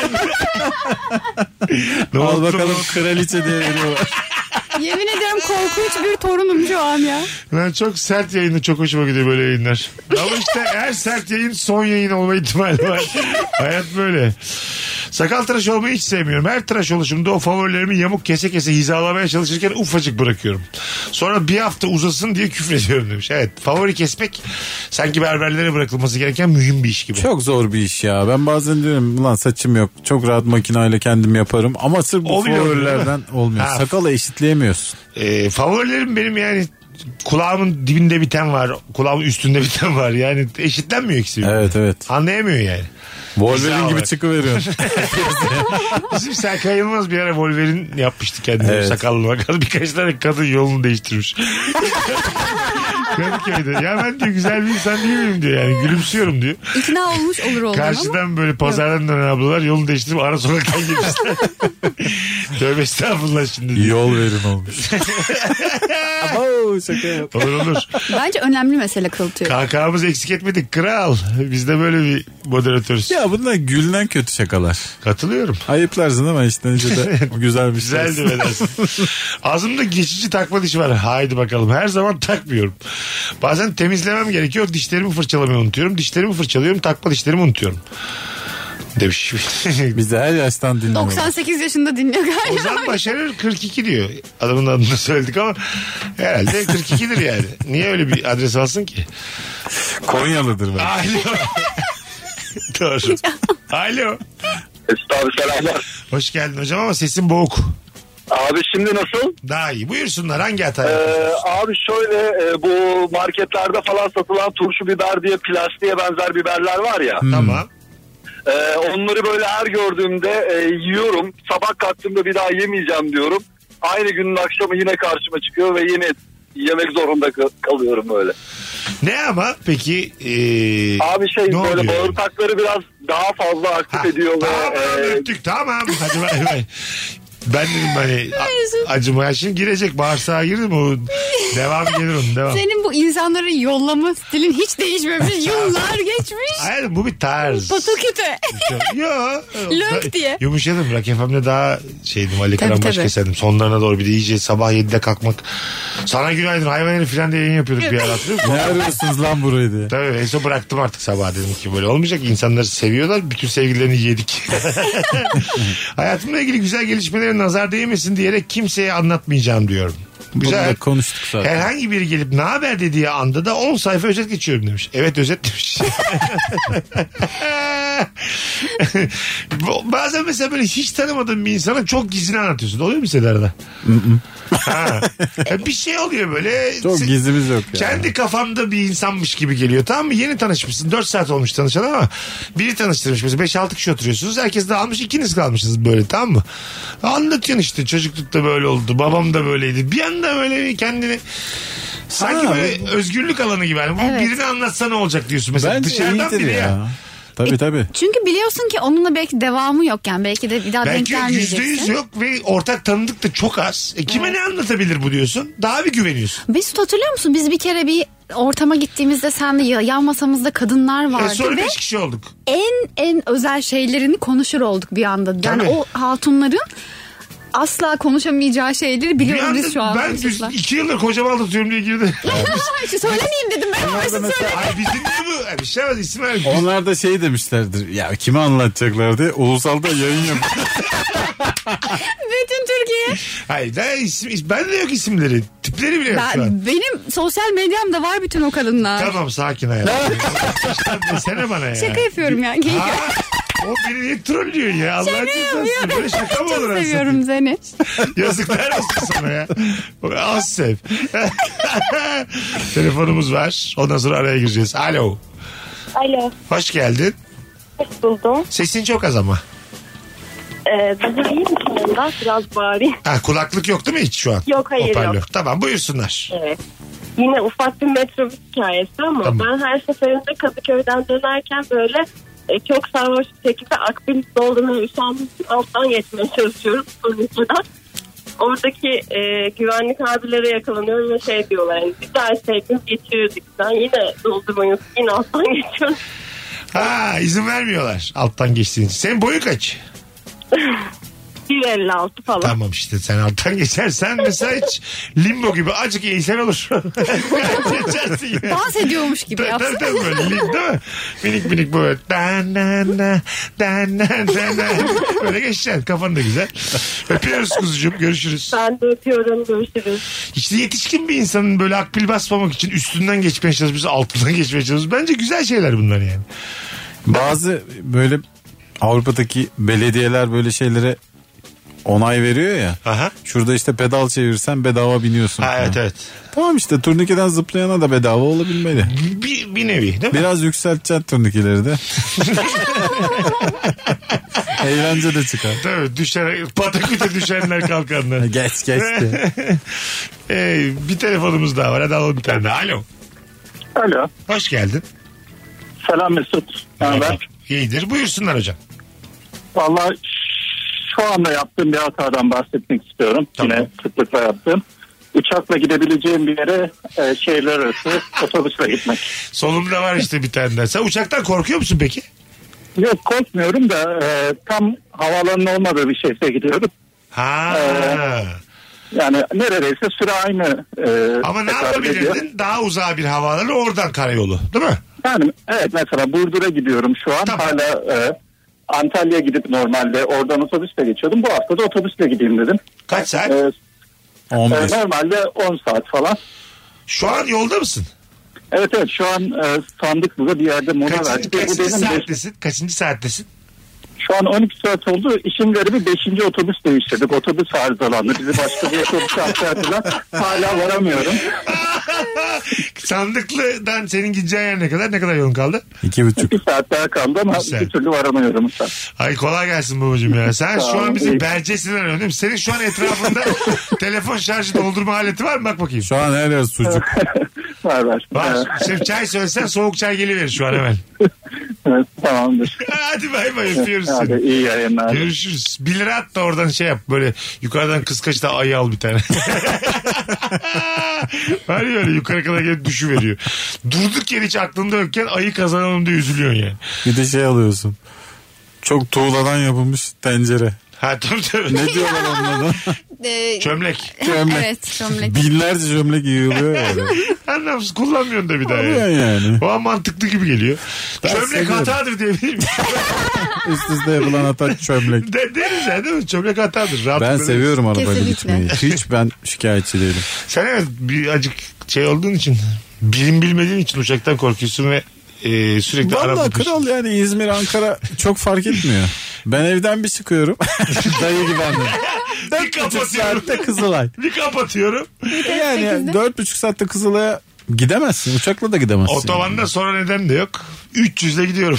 Al bakalım kraliçe diye veriyorlar. Yemin ederim korkunç bir torunum şu an ya. Ben çok sert yayını çok hoşuma gidiyor böyle yayınlar. Ama işte her sert yayın son yayın olma ihtimali var. Hayat böyle. Sakal tıraş olmayı hiç sevmiyorum. Her tıraş oluşumda o favorilerimi yamuk kese hizalamaya çalışırken ufacık bırakıyorum. Sonra bir hafta uzasın diye küfrediyorum demiş. Evet, favori kesmek sanki berberlere bırakılması gereken mühim bir iş gibi. Çok zor bir iş ya. Ben bazen diyorum ulan saçım yok. Çok rahat makinayla kendim yaparım. Ama sırf bu favorilerden olmuyor. Sakalı eşitleyemiyorsun. Favorilerim benim yani kulağımın dibinde biten var. Kulağımın üstünde biten var. Yani eşitlenmiyor ikisi. Evet. Anlayamıyor yani. Wolverine gibi çıkıveriyor. Bizim Serkan Yılmaz bir ara Wolverine yapmıştı kendine. Evet. Sakallı bakalım. Birkaç tane kadın yolunu değiştirmiş. Kadıköy'de. Ya ben diyor güzel bir insan değil miyim diyor yani. Gülümsüyorum diyor. İkna olmuş olur olmam ama. Karşıdan böyle pazardan dönen ablalar yolunu değiştirip ara sokaktan girmişler. Tövbe estağfurullah şimdi diyor. Yol verin olmuş. Olur. Bence önemli mesele kıltıyor. Kahkahamızı eksik etmedik kral. Biz de böyle bir moderatörüz. Ya bunlar gülünen kötü şakalar. Katılıyorum. Ayıplarsın ama işte önce de güzel bir şey. Güzel de edersin. Ağzımda geçici takma dişi var. Haydi bakalım. Her zaman takmıyorum. Bazen temizlemem gerekiyor. Dişlerimi fırçalamayı unutuyorum. Dişlerimi fırçalıyorum. Takma dişlerimi unutuyorum. Demiş. Bizi her yaştan dinliyor. 98 yaşında dinliyor galiba. Ozan Başarır 42 diyor. Adamın adını söyledik ama herhalde 42'dir yani. Niye öyle bir adres alsın ki? Konyalıdır belki. Alo. Doğru. Alo. Mesut abi selamlar. Hoş geldin hocam ama sesin boğuk. Abi şimdi nasıl? Daha iyi. Buyursunlar, hangi hata abi şöyle bu marketlerde falan satılan turşu biber diye plastiğe benzer biberler var ya. Tamam. Onları böyle her gördüğümde yiyorum. Sabah kalktığımda bir daha yemeyeceğim diyorum. Aynı günün akşamı yine karşıma çıkıyor ve yine yemek zorunda kalıyorum böyle. Ne ama peki? Abi böyle bağırsakları biraz daha fazla aktif ediyor. Tamam öptük tamam. Hadi bay bay. Ben dedim hani acımaya şimdi girecek, bağırsağa girdi mi o devam gelir onun devam. Senin bu insanları yollama stilin hiç değişmemiş. Yıllar geçmiş. Hayır bu bir tarz. Pataküte. Yok. Lök diye. Yumuşadım. Rock FM'de daha şeydim, Ali Karan baş keserdim. Sonlarına doğru bir de iyice sabah 7'de kalkmak. Sana günaydın hayvan herif falan diye yayın yapıyorduk bir ara, hatırlıyor musun? Ne arıyorsunuz lan burayı diye. Tabii en son bıraktım artık sabah, dedim ki böyle olmayacak. İnsanları seviyorlar. Bütün sevgilerini yedik. Hayatımla ilgili güzel gelişmeleri nazar değmesin diyerek kimseye anlatmayacağım diyorum. Güzel. Konuştuk zaten. Herhangi biri gelip ne haber dediği anda da 10 sayfa özet geçiyorum demiş. Evet özet demiş. Bazen mesela böyle hiç tanımadığın bir insana çok gizli anlatıyorsun. Oluyor mu senin arada? Bir şey oluyor böyle. Çok gizlimiz yok ya. Kendi kafanda bir insanmış gibi geliyor, tamam mı? Yeni tanışmışsın. 4 saat olmuş tanışan ama biri tanıştırmış mesela. 5-6 kişi oturuyorsunuz. Herkes dağılmış, ikiniz kalmışsınız böyle, tamam mı? Anlatıyorsun işte, çocuklukta böyle oldu. Babam da böyleydi. Bir anda böyle kendini sanki böyle özgürlük alanı gibi. Yani evet. Birini anlatsa ne olacak diyorsun mesela. Bence dışarıdan biri ya. Tabii. Çünkü biliyorsun ki onunla belki devamı yok yani. Belki de bir daha denk gelmeyeceksin. Belki %100 yok ve ortak tanıdık da çok az. Kime ne anlatabilir bu diyorsun? Daha bir güveniyorsun. Mesut hatırlıyor musun? Biz bir kere bir ortama gittiğimizde senle yan masamızda kadınlar vardı. Sonra ve 5 kişi olduk. En özel şeylerini konuşur olduk bir anda. Yani o hatunların asla konuşamayacağı şeyleri biliyoruz biz şu an. Ben 2 yıldır kocamı aldatıyorum diye girdi. Hiç söylemeyeyim dedim ben. Ama Ay bizim ne bu? Bir şey var isim ver. Onlar da şey demişlerdir. Ya kime anlatacaklar diye. Ulusal'da yayın yapıyor. Bütün Türkiye. Hayır ben de yok isimleri. Tipleri bile yok şu an. Benim sosyal medyamda var bütün o kadınlar. Tamam sakin hayatım. Desene bana ya. Şaka yapıyorum ya. O beni niye trollüyor ya? Allah cezası. Böyle şaka mı olur? Çok seviyorum seni. Yazıklar olsun sana ya. Az sev. Telefonumuz var. Ondan sonra araya gireceğiz. Alo. Alo. Hoş geldin. Hoş buldum. Sesin çok az ama. Bizi iyi mi sonunda? Biraz bağırayım. Kulaklık yok değil mi hiç şu an? Yok, hayır, hoparlör. yok. Tamam buyursunlar. Evet. Yine ufak bir metrobüs hikayesi ama tamam. Ben her seferinde Kadıköy'den dönerken böyle çok sarhoş bir şekilde akbil doldurmaya üşendiğim için alttan geçmeye çalışıyorum turnikeden. Oradaki güvenlik abilere yakalanıyorum ve şey diyorlar, yani bir daha sevdim geçirirdik. Ben yine doldurmayı yine alttan geçiyorum. İzin vermiyorlar alttan geçtiğin için. Senin boyu kaç? 1.56 falan. Tamam işte sen alttan geçersen mesela hiç limbo gibi acık eğilsen olur. Geçersin yine. Dans ediyormuş gibi yapsın. Tabii böyle değil mi? Minik minik böyle. Böyle geçeceksin. Kafan da güzel. Öpüyoruz kuzucuğum. Görüşürüz. Ben de öpüyorum. Görüşürüz. İşte yetişkin bir insanın böyle akbil basmamak için üstünden geçmeye çalışması, altından geçmeye çalışması. Bence güzel şeyler bunlar yani. Bazı böyle Avrupa'daki belediyeler böyle şeylere onay veriyor ya. Aha. Şurada işte pedal çevirsen bedava biniyorsun. Evet. Tamam işte turnikeden zıplayana da bedava olabilmeli. Bir nevi değil mi? Biraz yükselteceksin turnikeleri de. Eğlence de çıkar. Tabii pataküte düşenler kalkanlar. Geçti. Bir telefonumuz daha var. Hadi alalım bir tane daha. Alo. Alo. Hoş geldin. Selam Mesut. Haber? İyidir. Buyursunlar hocam. Vallahi şu anda yaptığım bir hatadan bahsetmek istiyorum. Tamam. Yine sıklıkla yaptığım. Uçakla gidebileceğim bir yere şehirler arası otobüsle gitmek. Solumda var işte bir tane daha. Sen uçaktan korkuyor musun peki? Yok korkmuyorum da tam havaalanının olmadığı bir şehre gidiyorum. Yani neredeyse süre aynı. Ama ne yapabilirdin? Daha uzağa bir havaalanı, oradan karayolu değil mi? Yani evet, mesela Burdur'a gidiyorum şu an. Tamam. Hala Antalya'ya gidip normalde oradan otobüsle geçiyordum. Bu hafta da otobüsle gideyim dedim. Kaç saat? 15. Normalde 10 saat falan. Şu an yolda mısın? Evet şu an Sandıklı'da bir yerde mola verdik. Kaçıncı saattesin? Şu an 12 saat oldu. İşin garibi 5. otobüs değiştirdik. Otobüs arızalandı. Bizi başka bir otobüse aktardılar. Hala varamıyorum. Sandıklı'dan senin gideceğin yer ne kadar yolun kaldı? 2,5. 2 saat daha kaldı ama bir türlü varamıyorum. Ay kolay gelsin babacığım ya. Sen şu an bizim Bercesi'nden arıyorsun değil mi? Senin şu an etrafında telefon şarjı doldurma aleti var mı? Bak bakayım. Şu an her yer sucuk. Var. Şimdi çay söylesen soğuk çay geliverir şu an hemen. Evet, tamamdır. Hadi bay bay, öpüyoruz seni. Hadi iyi yayınlar. Görüşürüz. 1 lira at da oradan şey yap. Böyle yukarıdan kıskaç da ayı al bir tane. Var ya öyle yukarı kadar gelip düşüveriyor. Durduk yere hiç aklında yokken ayı kazanalım diye üzülüyorsun yani. Bir de şey alıyorsun. Çok tuğladan yapılmış tencere. Tabii. Ne diyorlar onlardan? Çömlek. Evet, çömlek. Binlerce çömlek yığılıyor yani. Anlamsız kullanmıyorsun da bir daha yani. O an mantıklı gibi geliyor. Ben çömlek seviyorum. Hatadır diyebilir miyim? Üst üste yapılan hata çömlek. Deriz ya değil mi? Çömlek hatadır. Rahat Ben seviyorum arabayla Kesinlikle. gitmeyi. Hiç ben şikayetçi değilim. Sen evet bir acık şey olduğun için, bilim bilmediğin için uçaktan korkuyorsun ve sürekli Vallahi araba kral yani İzmir, Ankara çok fark etmiyor. Ben evden bir çıkıyorum. Dayı gibi anladım. 4,5 saatte Kızılay. Bir kapatıyorum. Yani 4,5 saatte Kızılay'a gidemezsin. Uçakla da gidemezsin. Otobanda sonra neden de yok. 300'le gidiyorum.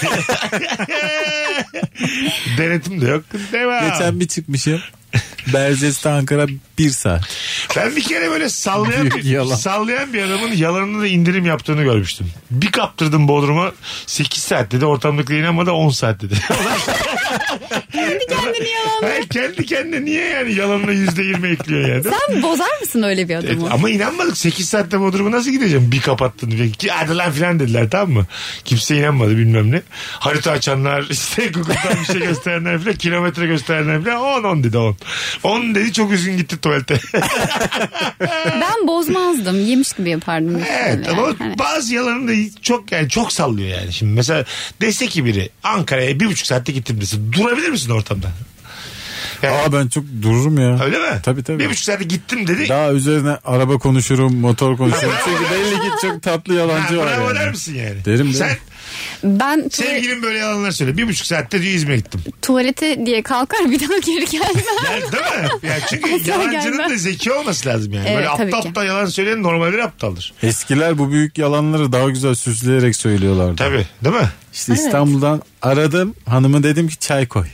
Denetim de yok. Devam. Geçen bir çıkmışım. Berces'te Ankara 1 saat. Ben bir kere böyle sallayan bir adamın yalanını da indirim yaptığını görmüştüm. Bir kaptırdım Bodrum'a 8 saat dedi. Ortamdakiler inanmadı 10 saat dedi. Kendi kendine kendini yalanla. Hayır, kendi kendine niye yani yalanla %20 ekliyor yani? Sen bozar mısın öyle bir adamı? Ama inanmadık, 8 saatte Bodrum'u nasıl gideceğim? Bir kapattın. Hadi lan filan dediler, tamam mı? Kimse inanmadı bilmem ne. Harita açanlar, işte Google'dan bir şey gösterenler filan, kilometre gösterenler filan. 10 dedi 10. 10 dedi, çok üzgün gitti tuvalete. Ben bozmazdım. Yemiş gibi yapardım. Evet ama hani. bazı yalanı da çok sallıyor yani. Şimdi mesela dese ki biri Ankara'ya 1,5 saatte gittim dese, durabilir misin ortamda? Yani, ben çok dururum ya. Öyle mi? Tabii. 1,5 saatte gittim dedi. Daha üzerine araba konuşurum, motor konuşurum. Çünkü belli ki çok tatlı yalancı var. Bravo yani. der misin yani? Derim. Ben sevgilim böyle yalanlar söyle. 1,5 saatte diyor İzmir'e gittim. Tuvalete diye kalkar, bir daha geri gelmez. Yani, değil mi? Yani çünkü Asla yalancının gelmez. da zeki olması lazım yani. Evet, böyle aptal yalan söyleyen normalde aptaldır. Eskiler bu büyük yalanları daha güzel süsleyerek söylüyorlardı. Tabii, değil mi? İşte evet. İstanbul'dan aradım hanımı, dedim ki çay koy.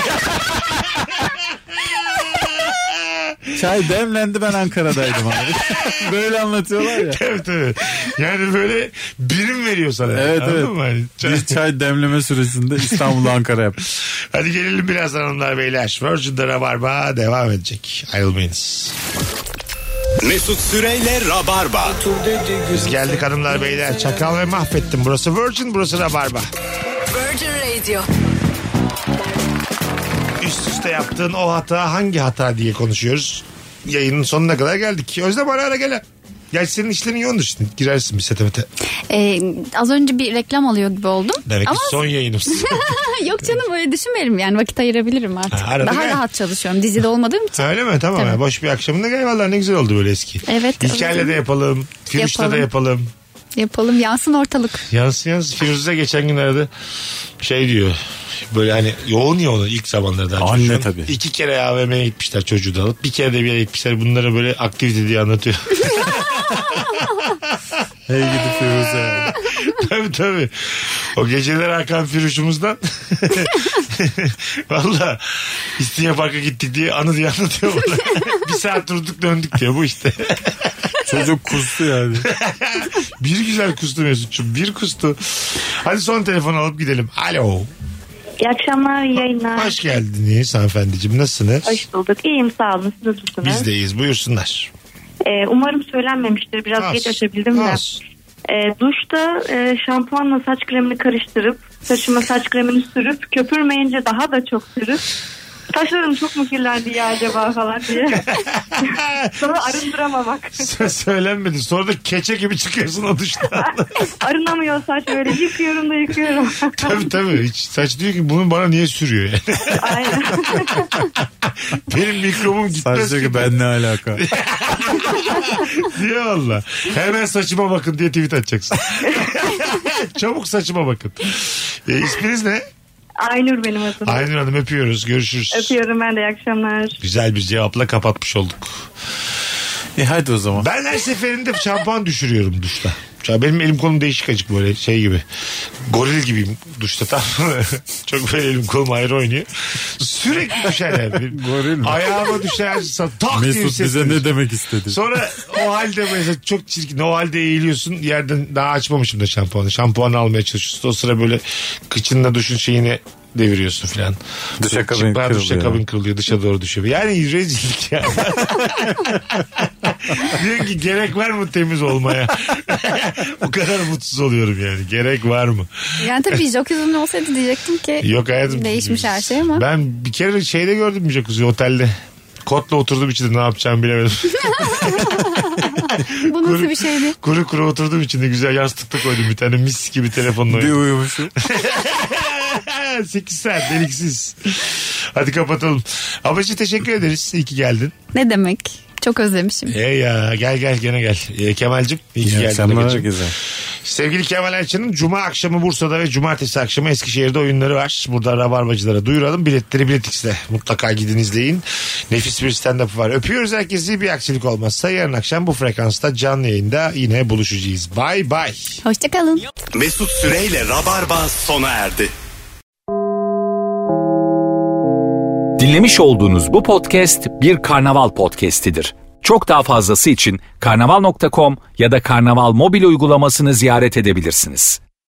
Çay demlendi, ben Ankara'daydım abi. Böyle anlatıyorlar ya. Tabii. Yani böyle birim veriyor sana. Evet. Yani bir çay demleme süresinde İstanbul'da Ankara yaptık. Hadi gelelim birazdan hanımlar beyler. Virgin'de Rabarba devam edecek. Ayrılmayınız. Mesut Süreyle Rabarba. Biz geldik hanımlar beyler. Çakal ve mahvettim. Burası Virgin, burası Rabarba. Virgin Radio. Üst üste yaptığın o hata hangi hata diye konuşuyoruz. Yayının sonuna kadar geldik. Özlem ara gele. Gerçi senin işlerin yoğundur şimdi. Girersin bir setemete. Az önce bir reklam alıyor gibi oldum. Demek ki son yayınımız. Yok canım, öyle düşünmeyelim yani, vakit ayırabilirim artık. Daha rahat çalışıyorum dizide olmadığım için. Öyle mi? Tamam. Yani boş bir akşamında gel, vallahi ne güzel oldu böyle eski. Evet. İlker'le de yapalım. Firuş'ta da yapalım. Yapalım, yansın ortalık. Yansın. Firuze geçen gün aradı. Şey diyor. Böyle hani yoğun ilk zamanlarda. Anne tabii. 2 kere AVM'ye gitmişler çocuğu da alıp. Bir kere de bir yere gitmişler. Bunlara böyle aktivite diye anlatıyor. Hey gidi Firuze. Tabii. O geceler Hakan Firuş'umuzdan valla İstinye Park'a gittik diye anı diye anlatıyor bana. 1 saat durduk döndük diyor bu işte. Çocuk kustu yani. Bir güzel kustu Mesut'cum. Bir kustu. Hadi son telefonu alıp gidelim. Alo. İyi akşamlar, iyi yayınlar. Hoş geldiniz hanımefendiciğim. Nasılsınız? Hoş bulduk. İyiyim, sağ olun. Siz nasılsınız? Biz de iyiyiz. Buyursunlar. Umarım söylenmemiştir. Biraz geç açabildim de. Duşta şampuanla saç kremini karıştırıp saçıma saç kremini sürüp köpürmeyince daha da çok sürüp saçlarım çok mu kirlendi ya acaba falan diye. Sonra arındıramamak. Söylenmedi. Sonra da keçe gibi çıkıyorsun o duştan. Arınamıyor saç, böyle yıkıyorum da yıkıyorum. Tabii. Hiç saç diyor ki bunu bana niye sürüyor yani. Aynen. Benim mikrobum gitmez saç ki. ki ben ne alaka. Diye valla. Hemen saçıma bakın diye tweet atacaksın. Çabuk saçıma bakın. İsminiz ne? Aynur benim adım. Aynur Hanım, öpüyoruz. Görüşürüz. Öpüyorum ben de, iyi akşamlar. Güzel bir cevapla kapatmış olduk. Hadi o zaman. Ben her seferinde şampuan düşürüyorum duşta. Benim elim kolum değişik acık, böyle şey gibi. Goril gibiyim duşta, tamam mı? Çok böyle elim kolum ayrı oynuyor. Sürekli düşer yani. Goril mi? Ayağıma düşer. Tak diye Mesut bize ne demek istedi? Sonra o halde mesela çok çirkin. O halde eğiliyorsun. Yerden daha açmamışım da şampuanı. Şampuanı almaya çalışıyorsun. O sıra böyle kıçınla duşun şeyini deviriyorsun filan. Duşakabin kırılıyor. Dışa doğru düşüyor. Yani rezillik ya. Diyor ki gerek var mı temiz olmaya? O kadar mutsuz oluyorum yani. Gerek var mı? Yani tabii jacuzzi'nin olsaydı diyecektim ki yok hayatım, değişmiş her şey ama. Ben bir kere şeyde gördüm jacuzzi otelde. Kotla oturdum içinde, ne yapacağımı bilemedim. Bu nasıl bir şeydi? Kuru oturdum içinde, güzel yastıkta koydum bir tane, mis gibi telefonla oynadım. Bir uyumuşum. 8 saat deliksiz. Hadi kapatalım. Ablacığım teşekkür ederiz. İyi ki geldin. Ne demek? Çok özlemişim. Ya gel gene gel. Kemal'cim iyi ki geldin. Güzel. Sevgili Kemal Ayça'nın Cuma akşamı Bursa'da ve Cumartesi akşamı Eskişehir'de oyunları var. Burada Rabarbacılara duyuralım. Biletleri Bilet X'de. Mutlaka gidin izleyin. Nefis bir stand-up var. Öpüyoruz herkesi. Bir aksilik olmazsa yarın akşam bu frekansta canlı yayında yine buluşacağız. Bye bye. Hoşçakalın. Mesut Süreyle Rabarba sona erdi. Dinlemiş olduğunuz bu podcast bir karnaval podcastidir. Çok daha fazlası için karnaval.com ya da karnaval mobil uygulamasını ziyaret edebilirsiniz.